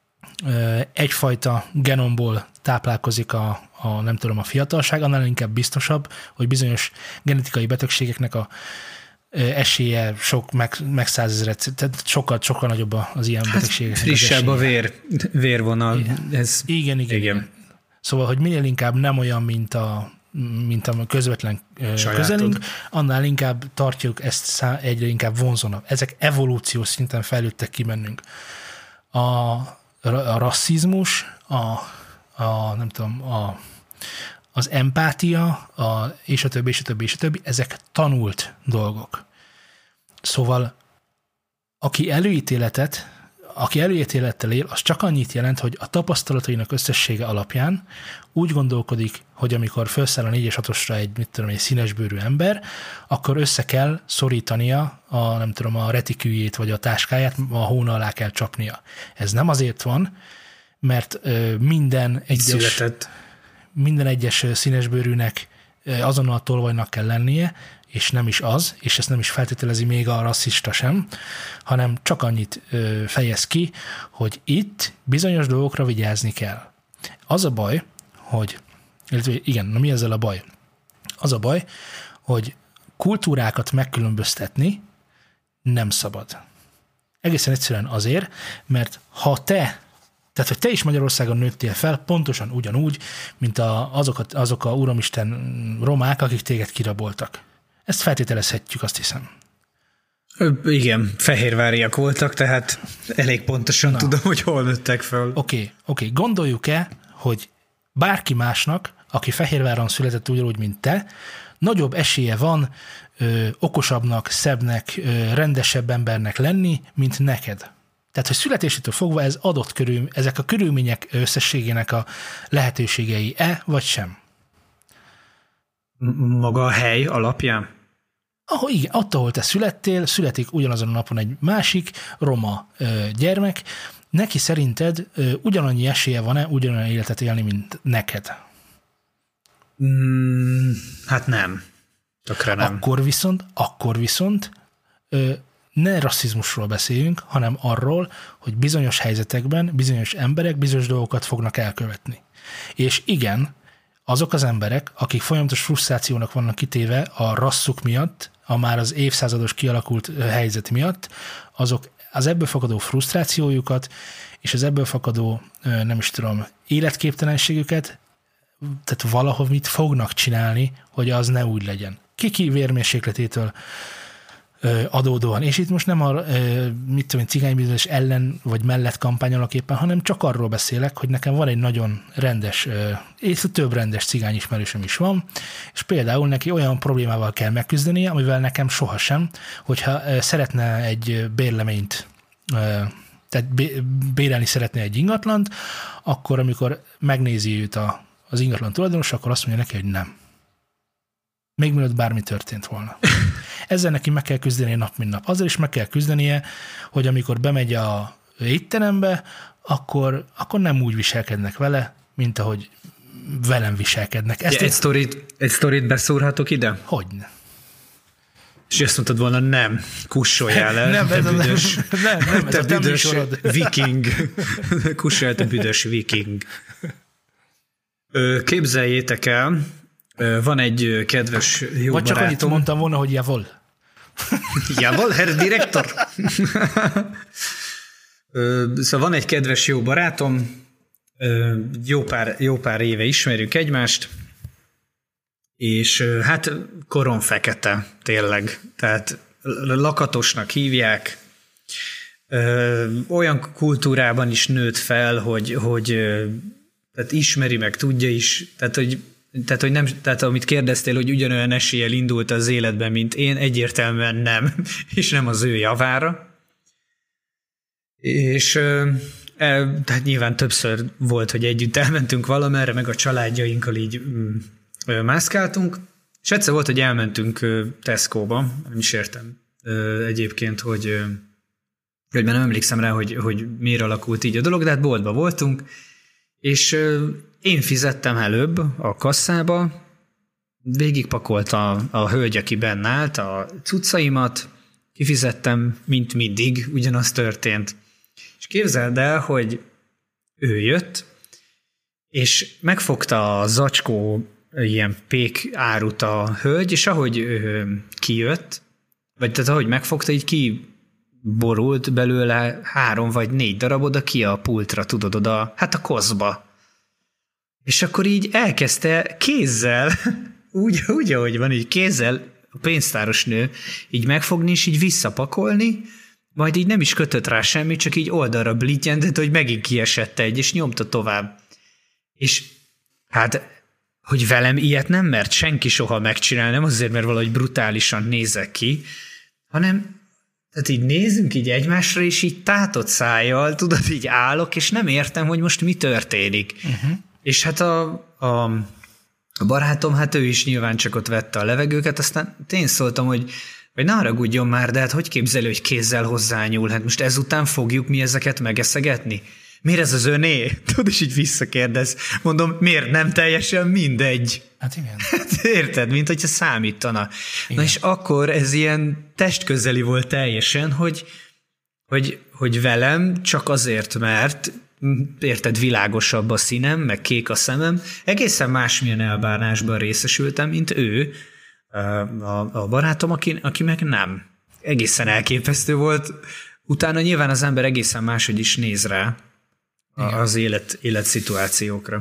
egyfajta genomból táplálkozik a, a, nem tudom, a fiatalság, annál inkább biztosabb, hogy bizonyos genetikai betegségeknek a esélye sok, meg, meg százezret, tehát sokkal, sokkal nagyobb az ilyen hát betegségeknek frissebb a vér, vérvonal. Ez, igen, igen, igen, igen. Szóval, hogy minél inkább nem olyan, mint a, mint a közvetlen Sajátod. közelünk, annál inkább tartjuk ezt egyre inkább vonzónak. Ezek evolúciós szinten fejlődtek ki bennünk. A a rasszizmus, a, a nem tudom, a, az empátia, a, és a többi, és a többi, és a többi, ezek tanult dolgok. Szóval aki előítéletet, aki előítélettel él, az csak annyit jelent, hogy a tapasztalatainak összessége alapján úgy gondolkodik, hogy amikor felszáll a négyes hatosra egy, mit tudom, egy színesbőrű ember, akkor össze kell szorítania a, nem tudom, a retikűjét vagy a táskáját, a hóna alá kell csapnia. Ez nem azért van, mert minden egyes, minden egyes színesbőrűnek azonnal tolvajnak kell lennie, és nem is az, és ezt nem is feltételezi még a rasszista sem, hanem csak annyit ö, fejez ki, hogy itt bizonyos dolgokra vigyázni kell. Az a baj, hogy, igen, na mi ezzel a baj? Az a baj, hogy kultúrákat megkülönböztetni nem szabad. Egészen egyszerűen azért, mert ha te, tehát hogy te is Magyarországon nőttél fel, pontosan ugyanúgy, mint a, azok, a, azok a uramisten romák, akik téged kiraboltak. Ezt feltételezhetjük, azt hiszem. Igen, fehérváriak voltak, tehát elég pontosan Na. tudom, hogy hol nőttek föl. Oké, okay, oké. Okay. Gondoljuk-e, hogy bárki másnak, aki Fehérváron született ugyanúgy, mint te, nagyobb esélye van ö, okosabbnak, szebbnek, ö, rendesebb embernek lenni, mint neked. Tehát, hogy születésétől fogva ez adott körül, ezek a körülmények összességének a lehetőségei-e, vagy sem? Maga a hely alapján? Ahol igen, ott, ahol te születtél, születik ugyanazon a napon egy másik roma ö, gyermek, neki szerinted ö, ugyanannyi esélye van-e ugyanolyan életet élni, mint neked? Mm, hát nem. Tökre nem. Akkor viszont, akkor viszont ö, ne rasszizmusról beszéljünk, hanem arról, hogy bizonyos helyzetekben bizonyos emberek bizonyos dolgokat fognak elkövetni. És igen, azok az emberek, akik folyamatos frusztrációnak vannak kitéve a rasszuk miatt, a már az évszázados kialakult helyzet miatt, azok az ebből fakadó frusztrációjukat és az ebből fakadó, nem is tudom, életképtelenségüket, tehát valahol mit fognak csinálni, hogy az ne úgy legyen. Kiki vérmérsékletétől adódóan. És itt most nem a mit tudom, cigánybűnözés ellen vagy mellett kampányolok éppen, hanem csak arról beszélek, hogy nekem van egy nagyon rendes, és több rendes cigány ismerősöm is van, és például neki olyan problémával kell megküzdenie, amivel nekem sohasem, hogyha szeretne egy bérleményt, tehát bérelni szeretne egy ingatlant, akkor amikor megnézi őt a, az ingatlan tulajdonos, akkor azt mondja neki, hogy nem. Még mielőtt bármi történt volna. Ezzel neki meg kell küzdenie nap, mint nap. Azzal is meg kell küzdenie, hogy amikor bemegy a étterembe, akkor, akkor nem úgy viselkednek vele, mint ahogy velem viselkednek. Ezt ja, egy, sztorit, egy sztorit beszúrhatok ide? Hogyne. És azt mondtad volna, nem, kussoljál el, nem, te ez büdös, nem, nem, te büdös viking. Kussoljál, te büdös viking. Képzeljétek el, van egy kedves jó Vagy csak barátom. annyit mondtam volna, hogy javol. Javol, herr direktor. Szóval van egy kedves jó barátom, jó pár, jó pár éve ismerjük egymást, és hát koron fekete, tényleg. Tehát lakatosnak hívják. Olyan kultúrában is nőtt fel, hogy, hogy tehát ismeri, meg tudja is, tehát hogy Tehát, hogy nem, tehát amit kérdeztél, hogy ugyanolyan eséllyel indult az életben, mint én, egyértelműen nem, és nem az ő javára. És e, tehát nyilván többször volt, hogy együtt elmentünk valamerre, meg a családjainkkal így mm, mászkáltunk, és egyszer volt, hogy elmentünk Tesco-ba, nem is értem egyébként, hogy, hogy már nem emlékszem rá, hogy, hogy miért alakult így a dolog, de hát boltba voltunk, és én fizettem előbb a kasszába, végigpakolta a, a hölgy, aki benn állt, a cuccaimat, kifizettem, mint mindig, ugyanaz történt. És képzeld el, hogy ő jött, és megfogta a zacskó ilyen pék árut a hölgy, és ahogy ő kijött, vagy tehát ahogy megfogta, így kiborult belőle három vagy négy darab oda ki a pultra, tudod, oda, hát a koszba. És akkor így elkezdte kézzel, úgy, úgy, ahogy van, így kézzel a pénztáros nő így megfogni, és így visszapakolni, majd így nem is kötött rá semmit, csak így oldalra blittyentett, hogy megint kiesett egy, és nyomta tovább. És hát, hogy velem ilyet nem mert senki soha megcsinálni, nem azért, mert valahogy brutálisan nézek ki, hanem tehát így nézünk így egymásra, és így tátott szájjal, tudod, így állok, és nem értem, hogy most mi történik. Uh-huh. És hát a, a, a barátom, hát ő is nyilván csak ott vette a levegőket, aztán én szóltam, hogy, hogy ne haragudjon már, de hát hogy képzeli, hogy kézzel hozzányúl? Hát most ezután fogjuk mi ezeket megeszegetni? Miért ez az öné? Tudod, és így visszakérdez. Mondom, miért nem teljesen mindegy? Hát igen. Hát érted, mint hogyha számítana. Igen. Na és akkor ez ilyen testközeli volt teljesen, hogy, hogy, hogy velem csak azért, mert érted, világosabb a színem, meg kék a szemem, egészen másmilyen elbánásban részesültem, mint ő, a, a barátom, aki, aki meg nem. Egészen elképesztő volt. Utána nyilván az ember egészen máshogy is néz rá az élet, életszituációkra.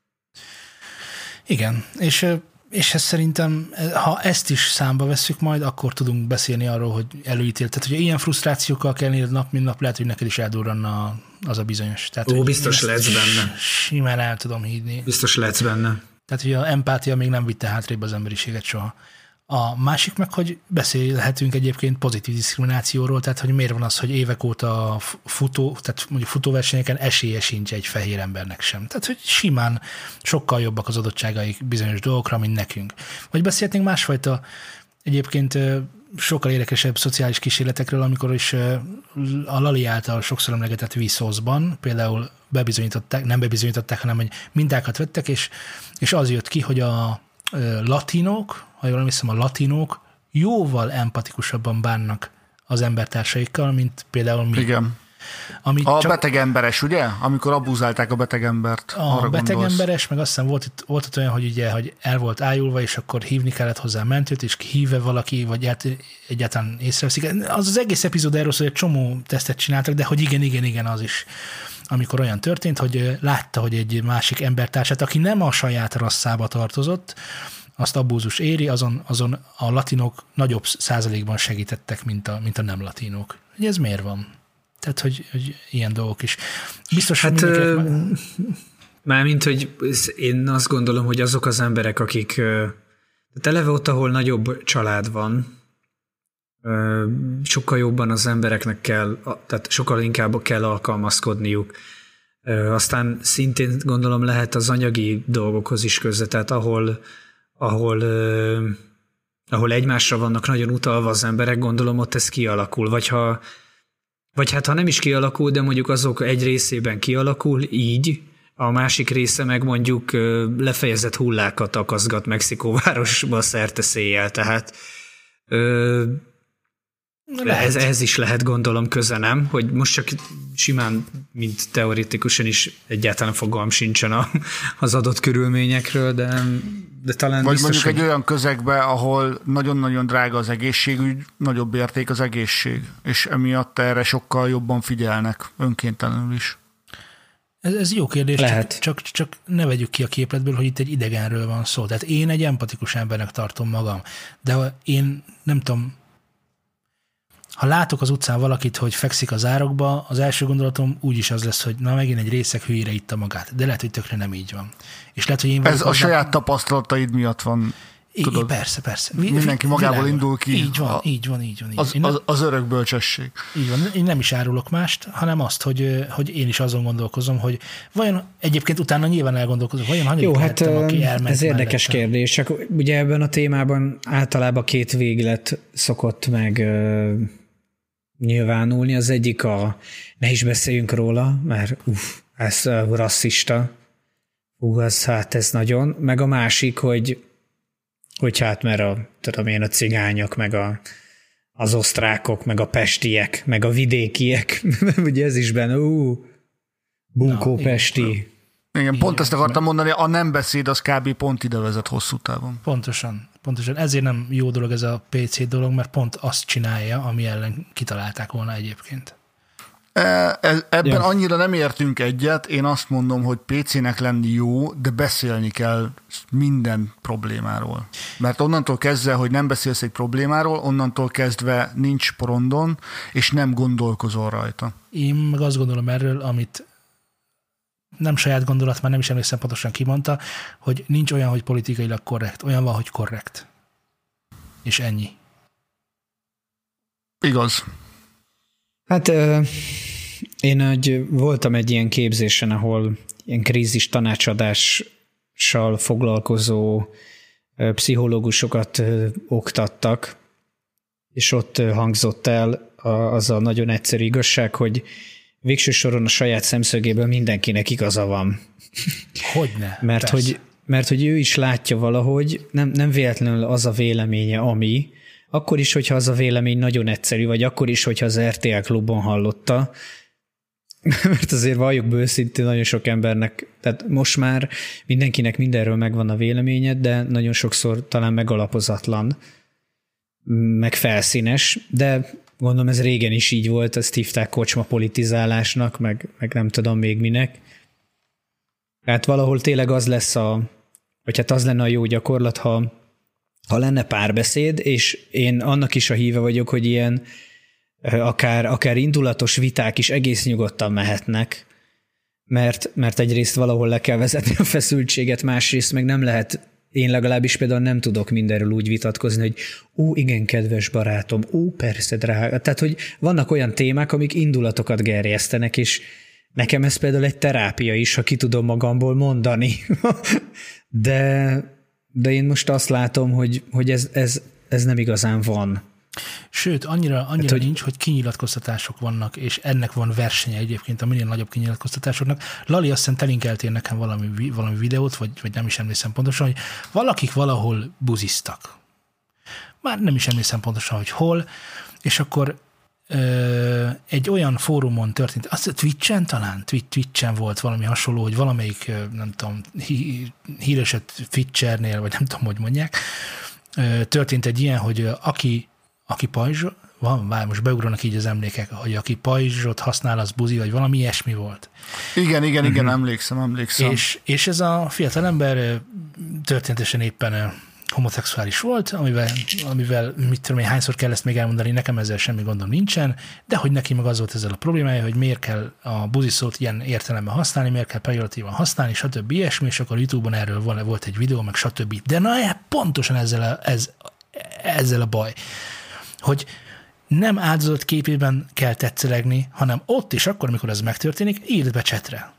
Igen, és, és ez szerintem, ha ezt is számba vesszük majd, akkor tudunk beszélni arról, hogy előítélt. Tehát, hogy ilyen frusztrációkkal kell nézni nap, mint nap, lehet, hogy neked is eldurranna az a bizonyos. Tehát, Ó, biztos lehetsz benne. Simán el tudom hívni. Biztos lehetsz benne. Tehát, hogy az empátia még nem vitte hátrébb az emberiséget soha. A másik meg, hogy beszélhetünk egyébként pozitív diszkriminációról, tehát hogy miért van az, hogy évek óta futó, tehát mondjuk futóversenyeken esélye sincs egy fehér embernek sem. Tehát, hogy simán sokkal jobbak az adottságaik bizonyos dolgokra, mint nekünk. Vagy beszélhetnénk másfajta egyébként sokkal érdekesebb szociális kísérletekről, amikor is a Lali által sokszor emlegetett vízhozban például bebizonyították, nem bebizonyították, hanem hogy mintákat vettek, és, és az jött ki, hogy a latinok, ha jól emlékszem, a latinok jóval empatikusabban bánnak az embertársaikkal, mint például mi. Igen. Ami a csak... beteg emberes, ugye? Amikor abuzálták a beteg embert. A beteg emberes, meg azt hiszem volt itt, volt itt olyan, hogy ugye, hogy el volt ájulva, és akkor hívni kellett hozzá mentőt, és hívve valaki, vagy egyáltalán észreveszik. Az az egész epizód erről szól, hogy egy csomó tesztet csináltak, de hogy igen, igen, igen, az is. Amikor olyan történt, hogy látta, hogy egy másik embertársát, aki nem a saját rasszába tartozott, azt abúzus éri, azon, azon a latinok nagyobb százalékban segítettek, mint a, mint a nem latinok. Hogy ez miért van? Tehát, hogy, hogy ilyen dolgok is. Biztos, hát, hogy ö, már... Mármint, hogy én azt gondolom, hogy azok az emberek, akik tehát eleve ott, ahol nagyobb család van, sokkal jobban az embereknek kell, tehát sokkal inkább kell alkalmazkodniuk. Aztán szintén gondolom lehet az anyagi dolgokhoz is köze, tehát ahol, ahol, ahol egymásra vannak nagyon utalva az emberek, gondolom ott ez kialakul. Vagy ha Vagy hát ha nem is kialakul, de mondjuk azok egy részében kialakul, így, a másik része meg mondjuk lefejezett hullákat akaszgat Mexikóvárosba szerte széjjel, tehát ö, ez, ez is lehet gondolom köze, nem? Hogy most csak simán, mint teoretikusan is egyáltalán fogalm sincsen a, az adott körülményekről, de, de talán vagy biztos, mondjuk hogy... egy olyan közegbe, ahol nagyon-nagyon drága az egészségügy, nagyobb érték az egészség, és emiatt erre sokkal jobban figyelnek, önkéntelenül is. Ez, ez jó kérdés, lehet. Csak, csak, csak ne vegyük ki a képletből, hogy itt egy idegenről van szó. Tehát én egy empatikus embernek tartom magam, de én nem tudom, ha látok az utcán valakit, hogy fekszik az árokba, az első gondolatom úgyis az lesz, hogy na megint egy részeg hülyére itta magát. De lehet, hogy tökre nem így van. És lehet, hogy én Ez a hozzá... saját tapasztalataid miatt van, tudod? Persze, persze. Mindenki magából Világos. Indul ki. Így van, a, így van, így van. Így. Az, Nem, az, az örök bölcsesség. Így van. Én nem is árulok mást, hanem azt, hogy, hogy én is azon gondolkozom, hogy vajon egyébként utána nyilván elgondolkozom, vajon hanyadik Jó, hát aki elment ez érdekes mellette. kérdés. Csak ugye ebben a témában általában két véglet szokott meg uh, nyilvánulni. Az egyik a, ne is beszéljünk róla, mert uff, ez uh, rasszista. Ú, ez, hát ez nagyon. Meg a másik, hogy hogy hát mert a, tudom én, a cigányok, meg a, az osztrákok, meg a pestiek, meg a vidékiek, ugye ez is benne, ú, bunkó no, pesti. Igen, igen pont ezt akartam mondani, a nem beszéd az kb. Pont ide vezet hosszú távon. Pontosan, pontosan. Ezért nem jó dolog ez a pé cé dolog, mert pont azt csinálja, ami ellen kitalálták volna egyébként. Ebben ja. annyira nem értünk egyet, én azt mondom, hogy pé cének lenni jó, de beszélni kell minden problémáról. Mert onnantól kezdve, hogy nem beszélsz egy problémáról, onnantól kezdve nincs porondon, és nem gondolkozol rajta. Én meg azt gondolom erről, amit nem saját gondolat, már nem is emlékszem pontosan kimondta, hogy nincs olyan, hogy politikailag korrekt. Olyan van, hogy korrekt. És ennyi. Igaz. Hát én egy, voltam egy ilyen képzésen, ahol ilyen krízis tanácsadással foglalkozó pszichológusokat oktattak, és ott hangzott el az a nagyon egyszerű igazság, hogy végső soron a saját szemszögéből mindenkinek igaza van. Hogyne. Mert hogy, mert hogy ő is látja valahogy, nem, nem véletlenül az a véleménye, ami, akkor is, hogyha az a vélemény nagyon egyszerű, vagy akkor is, hogyha az er té el klubon hallotta, mert azért valljuk be őszintén nagyon sok embernek, tehát most már mindenkinek mindenről megvan a véleménye, de nagyon sokszor talán megalapozatlan, meg felszínes, de gondolom ez régen is így volt, ezt hívták kocsma politizálásnak, meg, meg nem tudom még minek. Tehát valahol tényleg az lesz a, vagy hát az lenne a jó gyakorlat, ha ha lenne párbeszéd, és én annak is a híve vagyok, hogy ilyen akár, akár indulatos viták is egész nyugodtan mehetnek, mert, mert egyrészt valahol le kell vezetni a feszültséget, másrészt meg nem lehet, én legalábbis például nem tudok mindenről úgy vitatkozni, hogy ó, igen, kedves barátom, ó, persze, drága. Tehát, hogy vannak olyan témák, amik indulatokat gerjesztenek, és nekem ez például egy terápia is, ha ki tudom magamból mondani. de... De én most azt látom, hogy, hogy ez, ez, ez nem igazán van. Sőt, annyira, annyira hát, hogy... nincs, hogy kinyilatkoztatások vannak, és ennek van versenye egyébként a minél nagyobb kinyilatkoztatásoknak. Lali, azt hiszem telinkeltél nekem valami, valami videót, vagy, vagy nem is emlékszem pontosan, hogy valakik valahol buziztak. Már nem is emlékszem pontosan, hogy hol, és akkor ö, egy olyan fórumon történt, azt Twitchen talán, Twitchen volt valami hasonló, hogy valamelyik, nem tudom, hí, híresett Twitchernél, vagy nem tudom, hogy mondják, ö, történt egy ilyen, hogy aki, aki pajzs, van, vár, most beugranak így az emlékek, hogy aki pajzsot használ, az buzi, vagy valami ilyesmi volt. Igen, igen, igen, uh-huh. emlékszem, emlékszem. És, és ez a fiatal ember történetesen éppen homoszexuális volt, amivel, amivel mit tudom én, hányszor kell ezt még elmondani, nekem ezzel semmi gondom nincsen, de hogy neki meg az volt ezzel a problémája, hogy miért kell a buzi szót ilyen értelemben használni, miért kell pejoratívan használni, stb. Ilyesmi, és akkor YouTube-on erről volt egy videó, meg stb. De na, pontosan ezzel a, ez, ezzel a baj, hogy nem áldozat képében kell tetszelegni, hanem ott és akkor, amikor ez megtörténik, írd be csetre.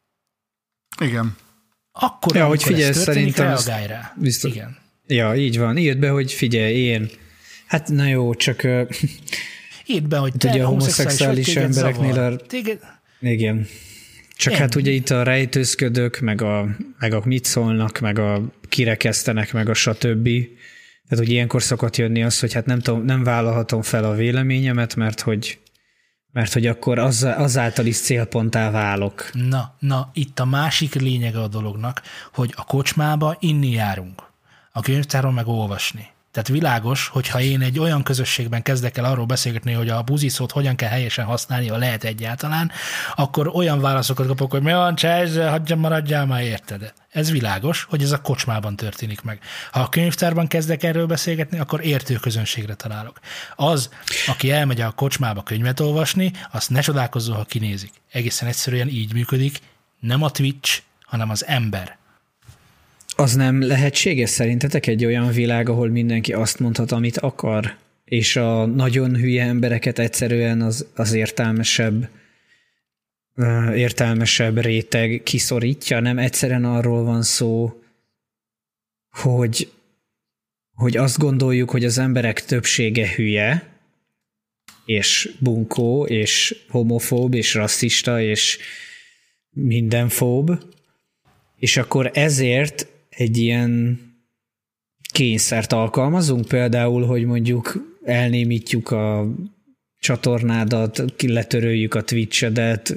Igen. Akkor, ja, hogy figyelj, ez történik, reagálj rá. Biztos. Igen. Ja, így van. Írd be, hogy figyelj, én. Hát na jó, csak... Uh, írd be, hogy te ugye a homoszexuális embereknél a... Téged... Igen. Csak Ennyi. Hát ugye itt a rejtőzködők, meg a, meg a mit szólnak, meg a kirekesztenek, meg a stb. Tehát, hogy ilyenkor szokott jönni az, hogy hát nem, tudom, nem vállalhatom fel a véleményemet, mert hogy, mert hogy akkor az, azáltal is célponttá válok. Na, na, itt a másik lényege a dolognak, hogy a kocsmába inni járunk, a könyvtáron meg olvasni. Tehát világos, hogyha én egy olyan közösségben kezdek el arról beszélgetni, hogy a buziszót hogyan kell helyesen használni, ha lehet egyáltalán, akkor olyan válaszokat kapok, hogy mi van, cseh, hagyjam, maradjál már, érted? Ez világos, hogy ez a kocsmában történik meg. Ha a könyvtárban kezdek erről beszélgetni, akkor értő közönségre találok. Az, aki elmegy a kocsmába könyvet olvasni, azt ne csodálkozzon, ha kinézik. Egészen egyszerűen így működik, nem a Twitch, hanem az ember. Az nem lehetséges szerintetek egy olyan világ, ahol mindenki azt mondhat, amit akar, és a nagyon hülye embereket egyszerűen az, az értelmesebb, értelmesebb réteg kiszorítja, nem egyszerűen arról van szó, hogy, hogy azt gondoljuk, hogy az emberek többsége hülye, és bunkó, és homofób, és rasszista, és mindenfób, és akkor ezért egy ilyen kényszert alkalmazunk, például, hogy mondjuk elnémítjuk a csatornádat, letöröljük a Twitch-edet,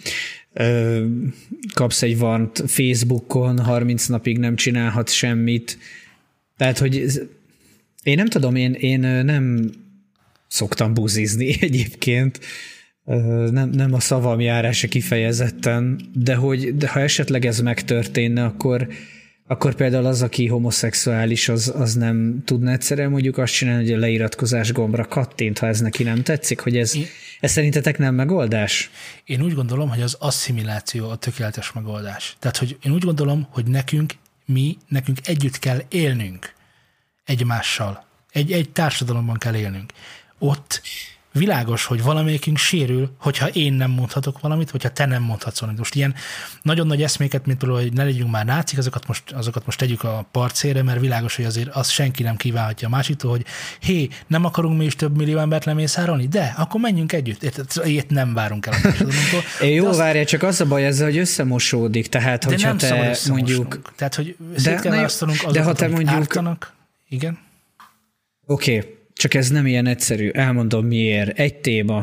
kapsz egy varnt Facebookon, harminc napig nem csinálhatsz semmit. Tehát, hogy én nem tudom, én, én nem szoktam buzizni egyébként, nem, nem a szavam járása kifejezetten, de, hogy, de ha esetleg ez megtörténne, akkor akkor például az, aki homoszexuális, az, az nem tudna egyszerűen mondjuk azt csinálni, hogy a leiratkozás gombra kattint, ha ez neki nem tetszik, hogy ez, ez szerintetek nem megoldás? Én úgy gondolom, hogy az asszimiláció a tökéletes megoldás. Tehát, hogy én úgy gondolom, hogy nekünk, mi, nekünk együtt kell élnünk egymással. Egy, egy társadalomban kell élnünk. Ott világos, hogy valamelyikünk sérül, hogyha én nem mondhatok valamit, hogyha te nem mondhatsz valamit. Most ilyen nagyon nagy eszméket, mint például, hogy ne legyünk már nácik, azokat most, azokat most tegyük a parcélre, mert világos, hogy azért azt senki nem kívánhatja a másiktól, hogy hé, nem akarunk mi is több millió embert lemészárolni? De, akkor menjünk együtt. Ilyet nem várunk el a társadalomtól. Jó, azt... várja, csak az a baj ezzel, hogy összemosódik. Tehát, de hogyha nem te mondjuk... Tehát, hogy szét kell választanunk azokat, de ha te mondjuk... ártanak. Igen? Oké. Okay. Csak ez nem ilyen egyszerű. Elmondom miért. Egy téma.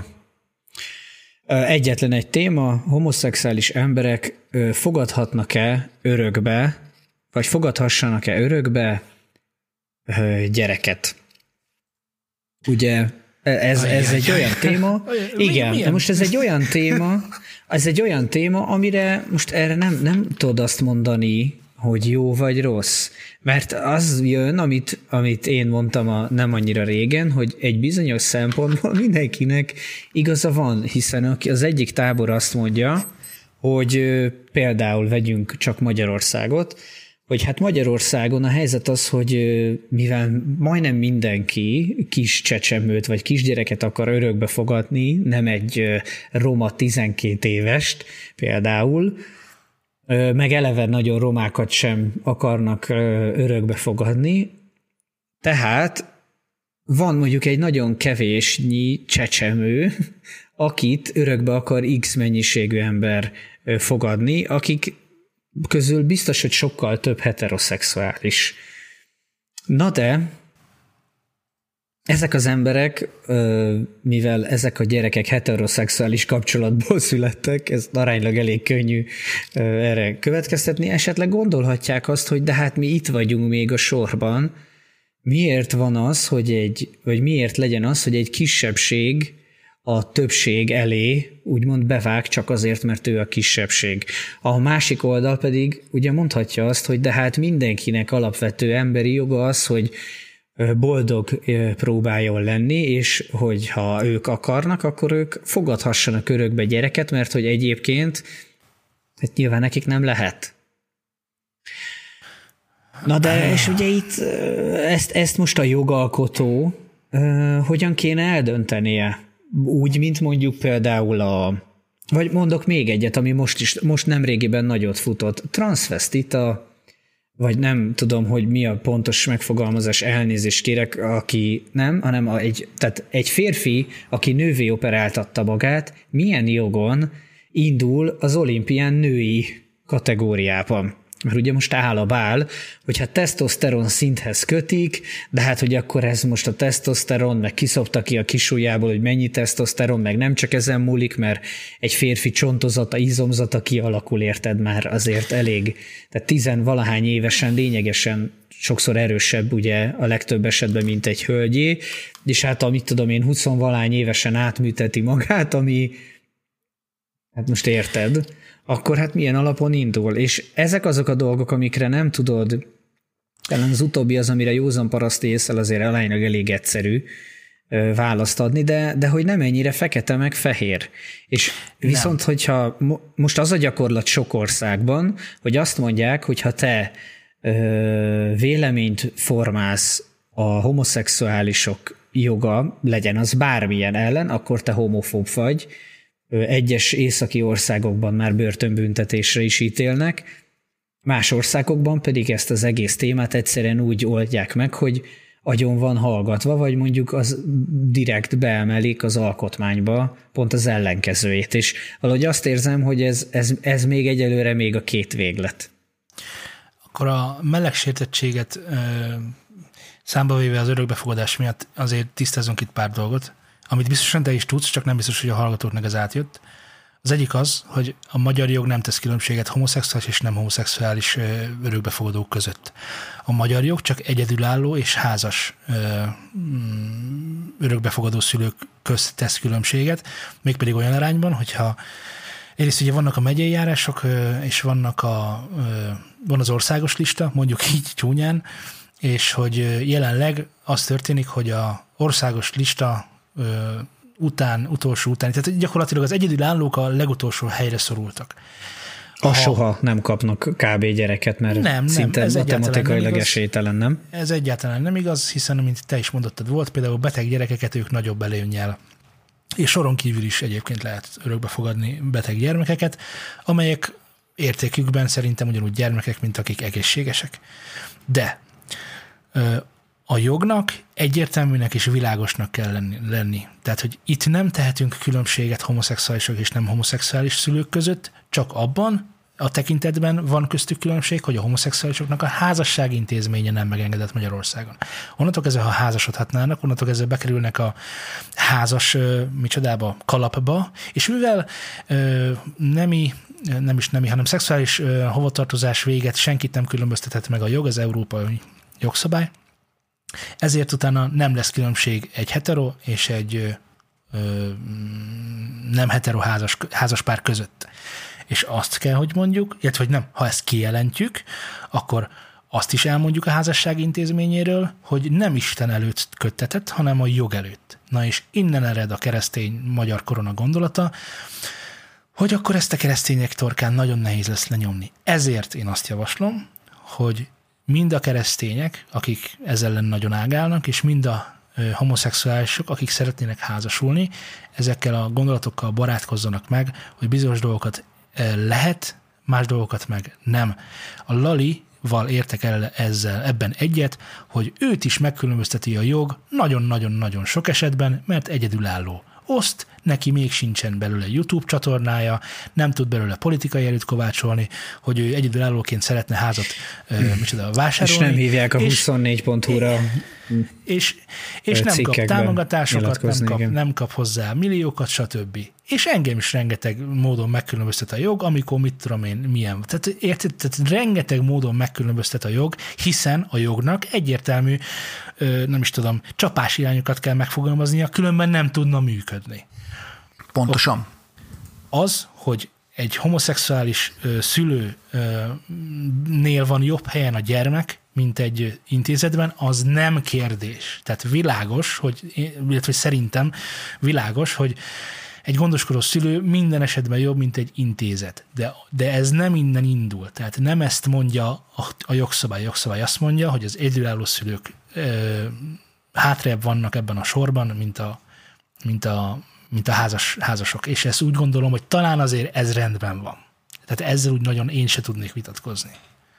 Egyetlen egy téma. Homoszexuális emberek fogadhatnak-e örökbe, vagy fogadhassanak-e örökbe gyereket? Ugye ez, ez egy olyan téma. Igen, de most ez egy olyan téma, ez egy olyan téma, amire most erre nem, nem tudod azt mondani, hogy jó vagy rossz. Mert az jön, amit, amit én mondtam a nem annyira régen, hogy egy bizonyos szempontból mindenkinek igaza van, hiszen az egyik tábor azt mondja, hogy például vegyünk csak Magyarországot, hogy hát Magyarországon a helyzet az, hogy mivel majdnem mindenki kis csecsemőt vagy kisgyereket akar örökbe fogadni, nem egy roma tizenkét évest például, meg eleve nagyon romákat sem akarnak örökbe fogadni, tehát van mondjuk egy nagyon kevésnyi csecsemő, akit örökbe akar X mennyiségű ember fogadni, akik közül biztos, hogy sokkal több heteroszexuális. Na de ezek az emberek, mivel ezek a gyerekek heteroszexuális kapcsolatból születtek, ez aránylag elég könnyű erre következtetni, esetleg gondolhatják azt, hogy de hát mi itt vagyunk még a sorban, miért van az, hogy egy, vagy miért legyen az, hogy egy kisebbség a többség elé úgymond bevág csak azért, mert ő a kisebbség. A másik oldal pedig ugye mondhatja azt, hogy de hát mindenkinek alapvető emberi joga az, hogy boldog próbáljon lenni, és hogyha ők akarnak, akkor ők fogadhassanak örökbe gyereket, mert hogy egyébként hát nyilván nekik nem lehet. Na de, és ugye itt ezt, ezt most a jogalkotó uh, hogyan kéne eldöntenie? Úgy, mint mondjuk például a, vagy mondok még egyet, ami most is, most nemrégiben nagyot futott, transvestita, vagy nem tudom, hogy mi a pontos megfogalmazás, elnézést kérek, aki nem, hanem a, egy, tehát egy férfi, aki nővé operáltatta magát, milyen jogon indul az olimpián női kategóriában. Mert ugye most áll a bál, hogy hát tesztoszteron szinthez kötik, de hát, hogy akkor ez most a tesztoszteron, meg kiszopta ki a kisujjából, hogy mennyi tesztoszteron, meg nem csak ezen múlik, mert egy férfi csontozata, izomzata kialakul, érted, már azért elég. Tehát tizenvalahány évesen lényegesen sokszor erősebb ugye a legtöbb esetben, mint egy hölgyé, és hát amit tudom én, huszonvalahány évesen átműteti magát, ami, hát most érted, akkor hát milyen alapon indul. És ezek azok a dolgok, amikre nem tudod, talán az utóbbi az, amire józan paraszti észsel azért aránylag elég egyszerű választ adni, de, de hogy nem ennyire fekete meg fehér. És viszont, nem. hogyha mo- most az a gyakorlat sok országban, hogy azt mondják, hogy ha te ö, véleményt formálsz a homoszexuálisok joga, legyen az bármilyen ellen, akkor te homofób vagy. Egyes északi országokban már börtönbüntetésre is ítélnek, más országokban pedig ezt az egész témát egyszerűen úgy oldják meg, hogy agyon van hallgatva, vagy mondjuk az direkt beemelik az alkotmányba pont az ellenkezőjét. És valahogy azt érzem, hogy ez, ez, ez még egyelőre még a két véglet. Akkor a melegsértettséget ö, számba véve az örökbefogadás miatt azért tisztázunk itt pár dolgot, amit biztosan te is tudsz, csak nem biztos, hogy a hallgatóknak ez átjött. Az egyik az, hogy a magyar jog nem tesz különbséget homoszexuális és nem homoszexuális örökbefogadók között. A magyar jog csak egyedülálló és házas örökbefogadó szülők közt tesz különbséget, mégpedig olyan arányban, hogyha egyrészt ugye vannak a megyei járások, és vannak a, van az országos lista, mondjuk így csúnyán, és hogy jelenleg az történik, hogy a országos lista után, utolsó után, tehát gyakorlatilag az egyedülállók a legutolsó helyre szorultak. A soha nem kapnak kb. Gyereket, mert nem, szinte nem, matematikailag esélytelen, nem? Ez egyáltalán nem igaz, hiszen, mint te is mondottad, volt például beteg gyerekeket, ők nagyobb előnnyel. És soron kívül is egyébként lehet örökbe fogadni beteg gyermekeket, amelyek értékükben szerintem ugyanúgy gyermekek, mint akik egészségesek. De a jognak egyértelműnek és világosnak kell lenni, lenni. Tehát, hogy itt nem tehetünk különbséget homoszexuálisok és nem homoszexuális szülők között, csak abban a tekintetben van köztük különbség, hogy a homoszexuálisoknak a házasság intézménye nem megengedett Magyarországon. Onnantól kezdve, ha házasodhatnának, onnantól kezdve bekerülnek a házas micsodába, kalapba, és mivel ö, nemi, nem is nemi, hanem szexuális ö, hovatartozás véget senkit nem különböztetett meg a jog, az európai jogszabály, ezért utána nem lesz különbség egy hetero és egy ö, nem hetero házas, házas pár között. És azt kell, hogy mondjuk, illetve hogy nem, ha ezt kijelentjük, akkor azt is elmondjuk a házasság intézményéről, hogy nem Isten előtt köttetett, hanem a jog előtt. Na és innen ered a keresztény magyar korona gondolata, hogy akkor ezt a keresztények torkán nagyon nehéz lesz lenyomni. Ezért én azt javaslom, hogy mind a keresztények, akik ezzel ellen nagyon ágálnak, és mind a homoszexuálisok, akik szeretnének házasulni, ezekkel a gondolatokkal barátkozzanak meg, hogy bizonyos dolgokat lehet, más dolgokat meg nem. A Lalival értek el ezzel ebben egyet, hogy őt is megkülönbözteti a jog nagyon-nagyon-nagyon sok esetben, mert egyedülálló. oszt, neki még sincsen belőle YouTube csatornája, nem tud belőle politikai erőt kovácsolni, hogy ő egyedülállóként szeretne házat hmm. micsoda, vásárolni. És nem hívják a huszonnégy pont hu-ra és, és nem kap támogatásokat, nem kap, nem kap hozzá milliókat, stb. És engem is rengeteg módon megkülönböztet a jog, amikor mit tudom én, milyen. Tehát, érted, tehát rengeteg módon megkülönböztet a jog, hiszen a jognak egyértelmű, nem is tudom, csapás irányokat kell megfogalmaznia, különben nem tudna működni. Pontosan. Az, hogy egy homoszexuális szülőnél van jobb helyen a gyermek, mint egy intézetben, az nem kérdés. Tehát világos, hogy, illetve szerintem világos, hogy egy gondoskodó szülő minden esetben jobb, mint egy intézet. De, de ez nem innen indul. Tehát nem ezt mondja a, a jogszabály. A jogszabály azt mondja, hogy az egyedülálló szülők ö, hátrébb vannak ebben a sorban, mint a, mint a, mint a házas, házasok. És ezt úgy gondolom, hogy talán azért ez rendben van. Tehát ezzel úgy nagyon én se tudnék vitatkozni.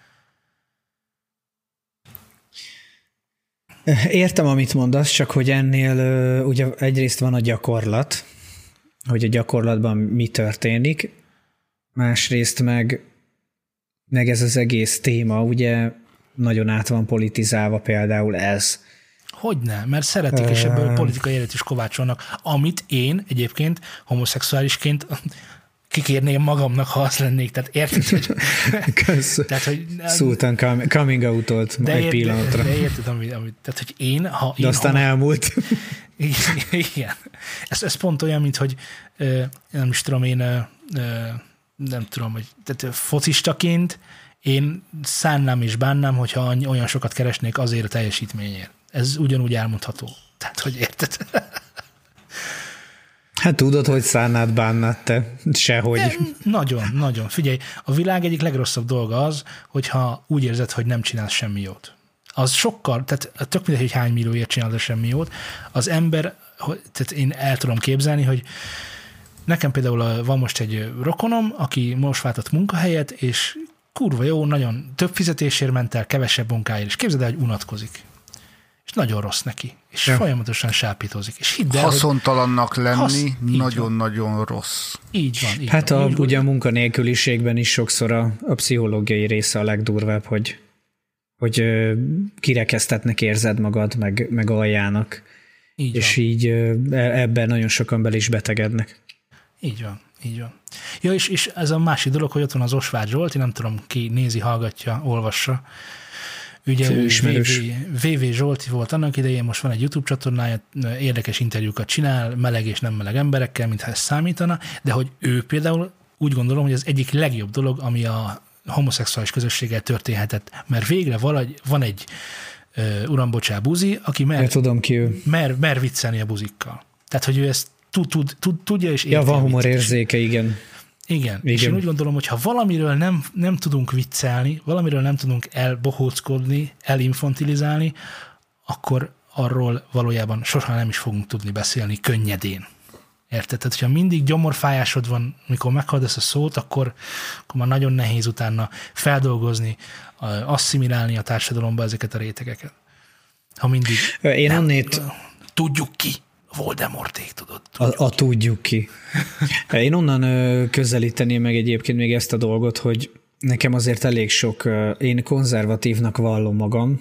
Értem, amit mondasz, csak hogy ennél ugye egyrészt van a gyakorlat, hogy a gyakorlatban mi történik, másrészt meg, meg ez az egész téma, ugye nagyon át van politizálva például ez. Hogyne, mert szeretik, és ebből politikai élet is kovácsolnak, amit én egyébként homoszexuálisként kikérném magamnak, ha az lennék. Tehát érted, hogy... tehát, hogy Sultan coming out-olt egy ért, pillanatra. De, de érted, amit, amit... Tehát, hogy én... Ha de én, aztán ha, elmúlt. Igen. Ez, ez pont olyan, mint hogy nem is tudom, én nem tudom, hogy tehát focistaként én szánnám és bánnám, hogyha olyan sokat keresnék azért a teljesítményért. Ez ugyanúgy elmondható. Tehát, hogy érted? Hát tudod, hogy szánnád, bánnád te. Sehogy. De nagyon, nagyon. Figyelj, a világ egyik legrosszabb dolga az, hogyha úgy érzed, hogy nem csinálsz semmi jót. Az sokkal, tehát tök mindegy, hogy hány millióért csinálod semmi jót, az ember, tehát én el tudom képzelni, hogy nekem például van most egy rokonom, aki most váltott munkahelyet, és kurva jó, nagyon több fizetésért ment el, kevesebb munkáért, és képzeld el, hogy unatkozik. És nagyon rossz neki, és ja. folyamatosan sápítozik. És hidd el, haszontalannak lenni nagyon-nagyon rossz. Így van. Így hát van. A, Úgy ugye a munkanélküliségben is sokszor a, a pszichológiai része a legdurvább, hogy, hogy kirekesztetnek érzed magad, meg, meg aljának. Így és van. Így ebben nagyon sokan bele is betegednek. Így van. Így van. Ja, és, és ez a másik dolog, hogy ott van az Osváth Zsolti, nem tudom, ki nézi, hallgatja, olvassa. Ugye ő vé vé Zsolti volt annak idején, most van egy YouTube csatornája, érdekes interjúkat csinál, meleg és nem meleg emberekkel, mintha ez számítana, de hogy ő például úgy gondolom, hogy az egyik legjobb dolog, ami a homoszexuális közösséggel történhetett, mert végre valahogy van egy uh, uram, bocsá, buzi, aki mer, tudom ki ő. mer, mer viccelni a buzikkal. Tehát, hogy ő ezt tud, tud, tud, tudja és érti. Ja, van humorérzéke, igen. Igen, Igen, és én úgy gondolom, hogy ha valamiről nem, nem tudunk viccelni, valamiről nem tudunk elbohóckodni, elinfantilizálni, akkor arról valójában sosem nem is fogunk tudni beszélni könnyedén. Érted? Tehát, hogyha mindig gyomorfájásod van, mikor meghallod ezt a szót, akkor, akkor már nagyon nehéz utána feldolgozni, asszimilálni a társadalomba ezeket a rétegeket. Ha mindig... Én nem, annét... Tudjuk ki. Voldemorték, tudod. Tudjuk. A, a tudjuk ki. Én onnan ö, közelíteném meg egyébként még ezt a dolgot, hogy nekem azért elég sok, ö, én konzervatívnak vallom magam,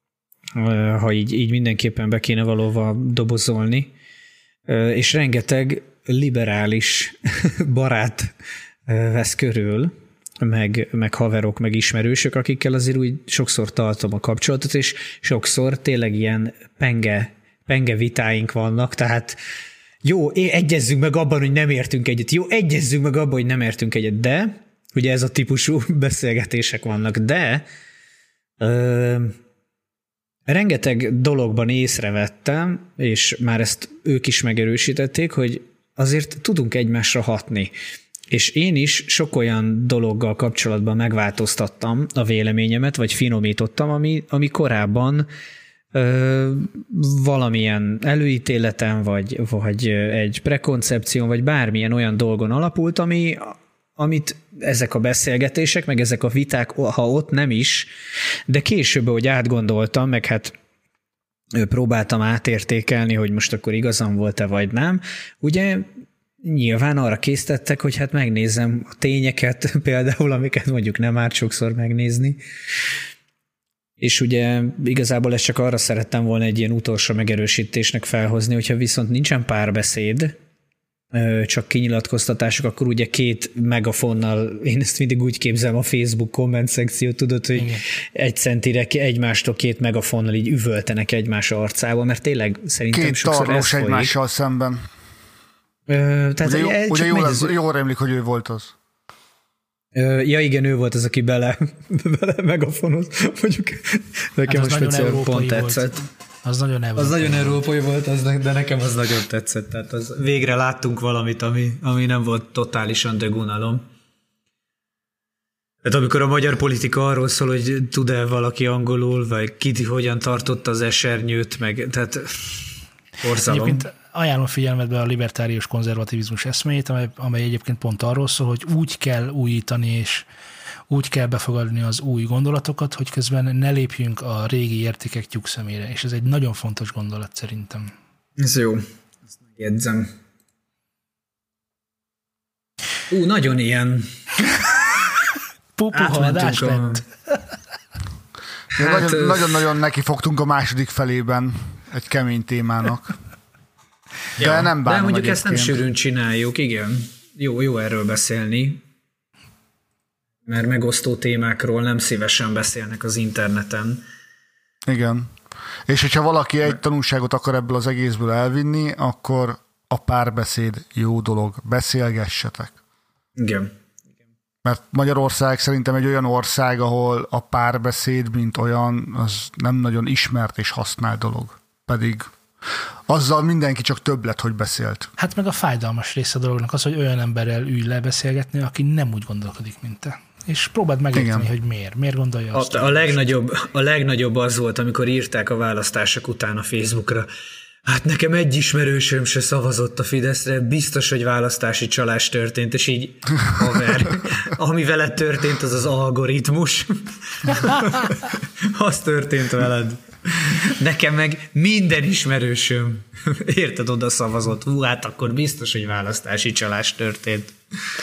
ö, ha így, így mindenképpen be kéne valóva dobozolni, ö, és rengeteg liberális barát ö, vesz körül, meg, meg haverok, meg ismerősök, akikkel azért úgy sokszor tartom a kapcsolatot, és sokszor tényleg ilyen penge penge vitáink vannak, tehát jó, egyezzünk meg abban, hogy nem értünk egyet. Jó, egyezzünk meg abban, hogy nem értünk egyet, de ugye ez a típusú beszélgetések vannak, de ö, rengeteg dologban észrevettem, és már ezt ők is megerősítették, hogy azért tudunk egymásra hatni. És én is sok olyan dologgal kapcsolatban megváltoztattam a véleményemet, vagy finomítottam, ami, ami korábban Ö, valamilyen előítéleten, vagy, vagy egy prekoncepción, vagy bármilyen olyan dolgon alapult, ami, amit ezek a beszélgetések, meg ezek a viták, ha ott nem is, de később, hogy átgondoltam, meg hát próbáltam átértékelni, hogy most akkor igazam volt-e vagy nem. Ugye nyilván arra késztettek, hogy hát megnézzem a tényeket, például, amiket mondjuk nem árt sokszor megnézni. És ugye igazából ezt csak arra szerettem volna egy ilyen utolsó megerősítésnek felhozni, hogyha viszont nincsen párbeszéd, csak kinyilatkoztatások, akkor ugye két megafonnal, én ezt mindig úgy képzelem a Facebook komment szekció, tudod, hogy igen, egy centire egymástól két megafonnal így üvöltenek egymás arcába, mert tényleg szerintem két sokszor ez folyik. egymással szemben. Ö, tehát ugye jó, ugye jól, az... jól rémlik, hogy ő volt az. Ö, ja igen, ő volt az, aki bele, bele megafonoz. Mondjuk nekem hát most pont tetszett. Az nagyon európai. Az nagyon európai volt, az, de nekem az nagyon tetszett. Tehát az, végre láttunk valamit, ami, ami nem volt totálisan dögunalom. Tehát amikor a magyar politika arról szól, hogy tud-e valaki angolul, vagy ki hogyan tartotta az esernyőt, meg tehát borzalom. Egyébként ajánlom figyelmetbe a libertárius konzervativizmus eszméjét, amely, amely egyébként pont arról szól, hogy úgy kell újítani, és úgy kell befogadni az új gondolatokat, hogy közben ne lépjünk a régi értékek tyúkszemére. És ez egy nagyon fontos gondolat szerintem. Ez jó. Ezt megjegyzem. Ú, nagyon ilyen... Pupuhaladás lett. Hát, nagyon, nagyon-nagyon neki fogtunk a második felében egy kemény témának. De ja, nem bánom. De mondjuk egyébként. Ezt nem sűrűn csináljuk, igen. Jó, jó erről beszélni. Mert megosztó témákról nem szívesen beszélnek az interneten. Igen. És hogyha valaki egy tanulságot akar ebből az egészből elvinni, akkor a párbeszéd jó dolog. Beszélgessetek. Igen. Mert Magyarország szerintem egy olyan ország, ahol a párbeszéd, mint olyan, az nem nagyon ismert és használt dolog. Pedig azzal mindenki csak több lett, hogy beszélt. Hát meg a fájdalmas része a dolognak az, hogy olyan emberrel ülj le beszélgetni, aki nem úgy gondolkodik, mint te. És próbáld megérteni, hogy miért. Miért gondolja azt? A, a, legnagyobb, a legnagyobb az volt, amikor írták a választások után a Facebookra. Hát nekem egy ismerősöm se szavazott a Fideszre, biztos, hogy választási csalás történt, és így haver, ami veled történt, az az algoritmus. Az történt veled. Nekem meg minden ismerősöm, érted, oda szavazott. Hú, hát akkor biztos, hogy választási csalás történt.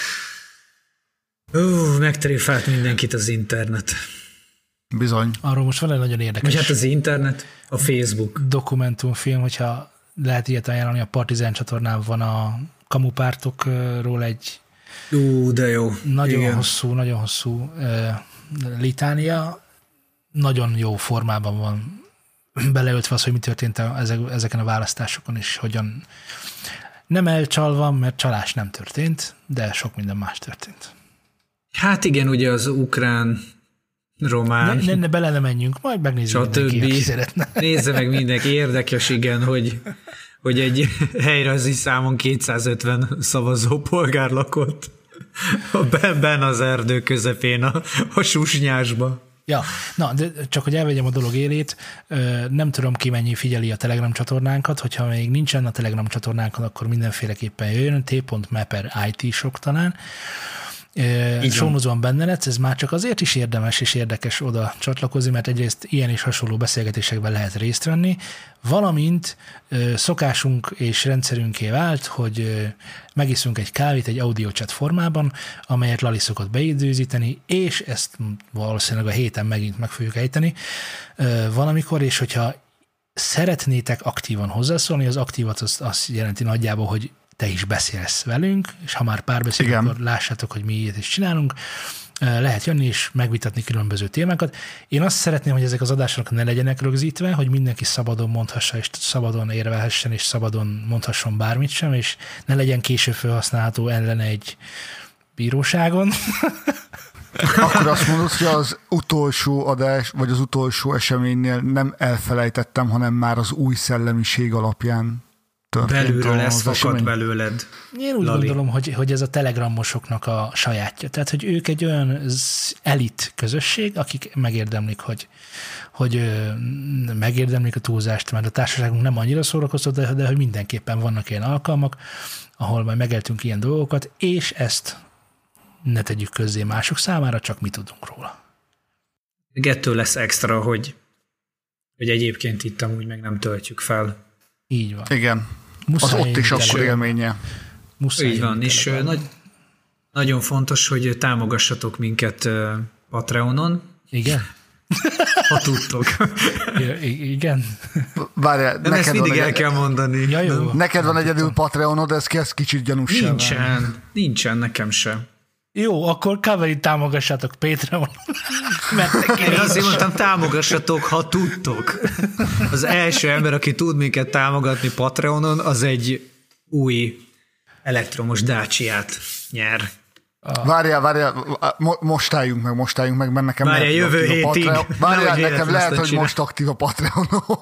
Ú, megtréfált mindenkit az internet. Bizony. Arról most van egy nagyon érdekes... Vagy hát az internet, a Facebook. Dokumentumfilm, hogyha lehet ilyet ajánlani, a Partizán csatornán van a kamupártokról egy Ú, de jó. Nagyon igen. hosszú, nagyon hosszú uh, litánia. Nagyon jó formában van beleöltve az, hogy mi történt a, ezeken a választásokon, és hogyan nem elcsalva, mert csalás nem történt, de sok minden más történt. Hát igen, ugye az ukrán, román... Ne, ne, ne bele ne menjünk, majd megnézzük mindenki, aki szeretne. Nézze meg mindenki, érdekes, igen, hogy, hogy egy helyrajzi számon kétszázötven szavazó polgár lakott benn az erdő közepén, a, a susnyásba. Ja, na, de csak hogy elvegyem a dolog élét, nem tudom ki mennyi figyeli a Telegram csatornánkat, hogyha még nincsen a Telegram csatornánkon, akkor mindenféleképpen jöjjön, t pont me per i té sok talán. Sónozóan benne lesz, ez már csak azért is érdemes és érdekes oda csatlakozni, mert egyrészt ilyen és hasonló beszélgetésekben lehet részt venni, valamint szokásunk és rendszerünké vált, hogy megiszunk egy kávét egy audiochat formában, amelyet Lali szokott beidőzíteni, és ezt valószínűleg a héten megint meg fogjuk ejteni valamikor, és hogyha szeretnétek aktívan hozzászólni, az aktívat azt az jelenti nagyjából, hogy te is beszélsz velünk, és ha már párbeszéd, akkor lássátok, hogy mi ilyet is csinálunk. Lehet jönni és megvitatni különböző témákat. Én azt szeretném, hogy ezek az adások ne legyenek rögzítve, hogy mindenki szabadon mondhassa, és szabadon érvelhessen, és szabadon mondhasson bármit sem, és ne legyen később felhasználható ellene egy bíróságon. Akkor azt mondod, hogy az utolsó adás, vagy az utolsó eseménynél nem elfelejtettem, hanem már az új szellemiség alapján belülről ez fakad belőled. Én úgy Lali. gondolom, hogy, hogy ez a telegramosoknak a sajátja. Tehát, hogy ők egy olyan elit közösség, akik megérdemlik, hogy, hogy megérdemlik a túlzást, mert a társaságunk nem annyira szórakoztató, de, de hogy mindenképpen vannak ilyen alkalmak, ahol majd megeltünk ilyen dolgokat, és ezt ne tegyük közzé mások számára, csak mi tudunk róla. Ettől lesz extra, hogy hogy egyébként itt amúgy meg nem töltjük fel. Így van. Igen. Muszáj az ott is akkor élménye. Muszáj így van, és nagy, nagyon fontos, hogy támogassatok minket Patreonon. Igen? Ha tudtok. Ja, igen. Várjál, de ezt mindig el egy... kell mondani. Ja, jó. Neked van egyedül Patreonod, ez kezd kicsit gyanús. Nincsen, nincsen, nekem sem. Jó, akkor Kaveri támogassátok Patreon. Mert én azért mondtam, támogassatok, ha tudtok. Az első ember, aki tud minket támogatni Patreonon, az egy új elektromos Dacia-t nyer. A... Várjál, várjál, most álljunk meg, most álljunk meg, mert nekem várjál, jövő hétig. Várjál, nekem lehet, hogy csinál. Most aktív a Patreonom.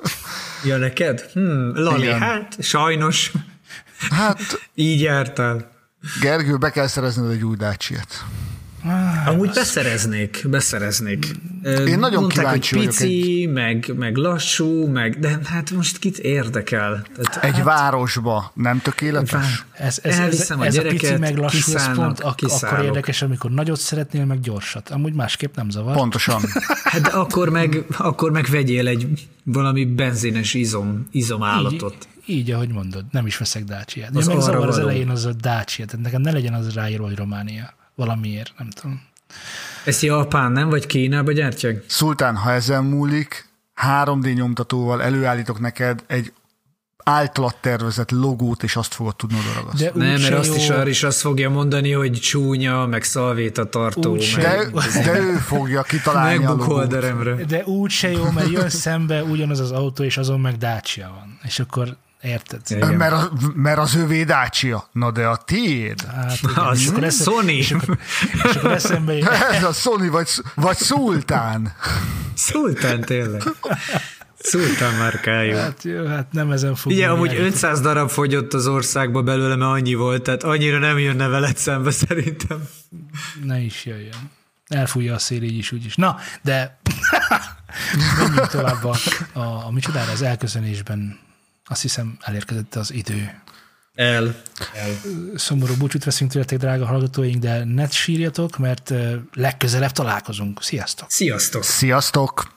Ja, neked? Hmm, Lali, igen. Hát sajnos. Hát... Így jártál. Gergő, be kell szerezned egy új Dacia-t. Amúgy beszereznék, beszereznék. Én nagyon mondták, kíváncsi hogy pici, vagyok. Egy... meg, meg lassú, meg, de hát most kit érdekel? Tehát, egy hát... városba nem tökéletes? Ez, ez, ez, a, ez gyereket, a pici meg lassú, kiszállnak, ez pont ak- akkor érdekes, amikor nagyot szeretnél, meg gyorsat. Amúgy másképp nem zavar. Pontosan. Hát de akkor meg, akkor meg vegyél egy valami benzines izom, izomállatot. Így, így, ahogy mondod, nem is veszek Dacia-t. Az meg zavar az elején az a Dacia, tehát nekem ne legyen az ráírva, hogy Románia. Valamiért, nem tudom. Ezt Japán, nem? Vagy Kínába gyártják? Szultán, ha ezen múlik, három dé nyomtatóval előállítok neked egy általad tervezett logót, és azt fogod tudni odaragasztani. Nem, mert azt is, arra is azt fogja mondani, hogy csúnya, meg szalvéta tartó. Meg... De, de ő fogja kitalálni a logót. De úgy se jó, mert jön szembe ugyanaz az autó, és azon meg Dacia van. És akkor érted? Mert, a, mert az övé Dacia. Na de a tiéd? Hát, igen, az és akkor eszem, Sony. És akkor, és akkor eszembe jön. Ez a Sony vagy, vagy Szultán. Szultán tényleg. Szultán márkájú. Hát jó, hát nem ezen fogunk. Igen, amúgy ötszáz darab fogyott az országba belőle, mert annyi volt, tehát annyira nem jönne veled szembe szerintem. Ne is jöjjön. Elfújja a szél így is, úgy is. Na, de menjünk tovább a, a, a micsodára az elköszönésben. Azt hiszem, elérkezett az idő. El. El. Szomorú búcsút veszünk tőletek, drága hallgatóink, de ne sírjatok, mert legközelebb találkozunk. Sziasztok! Sziasztok! Sziasztok!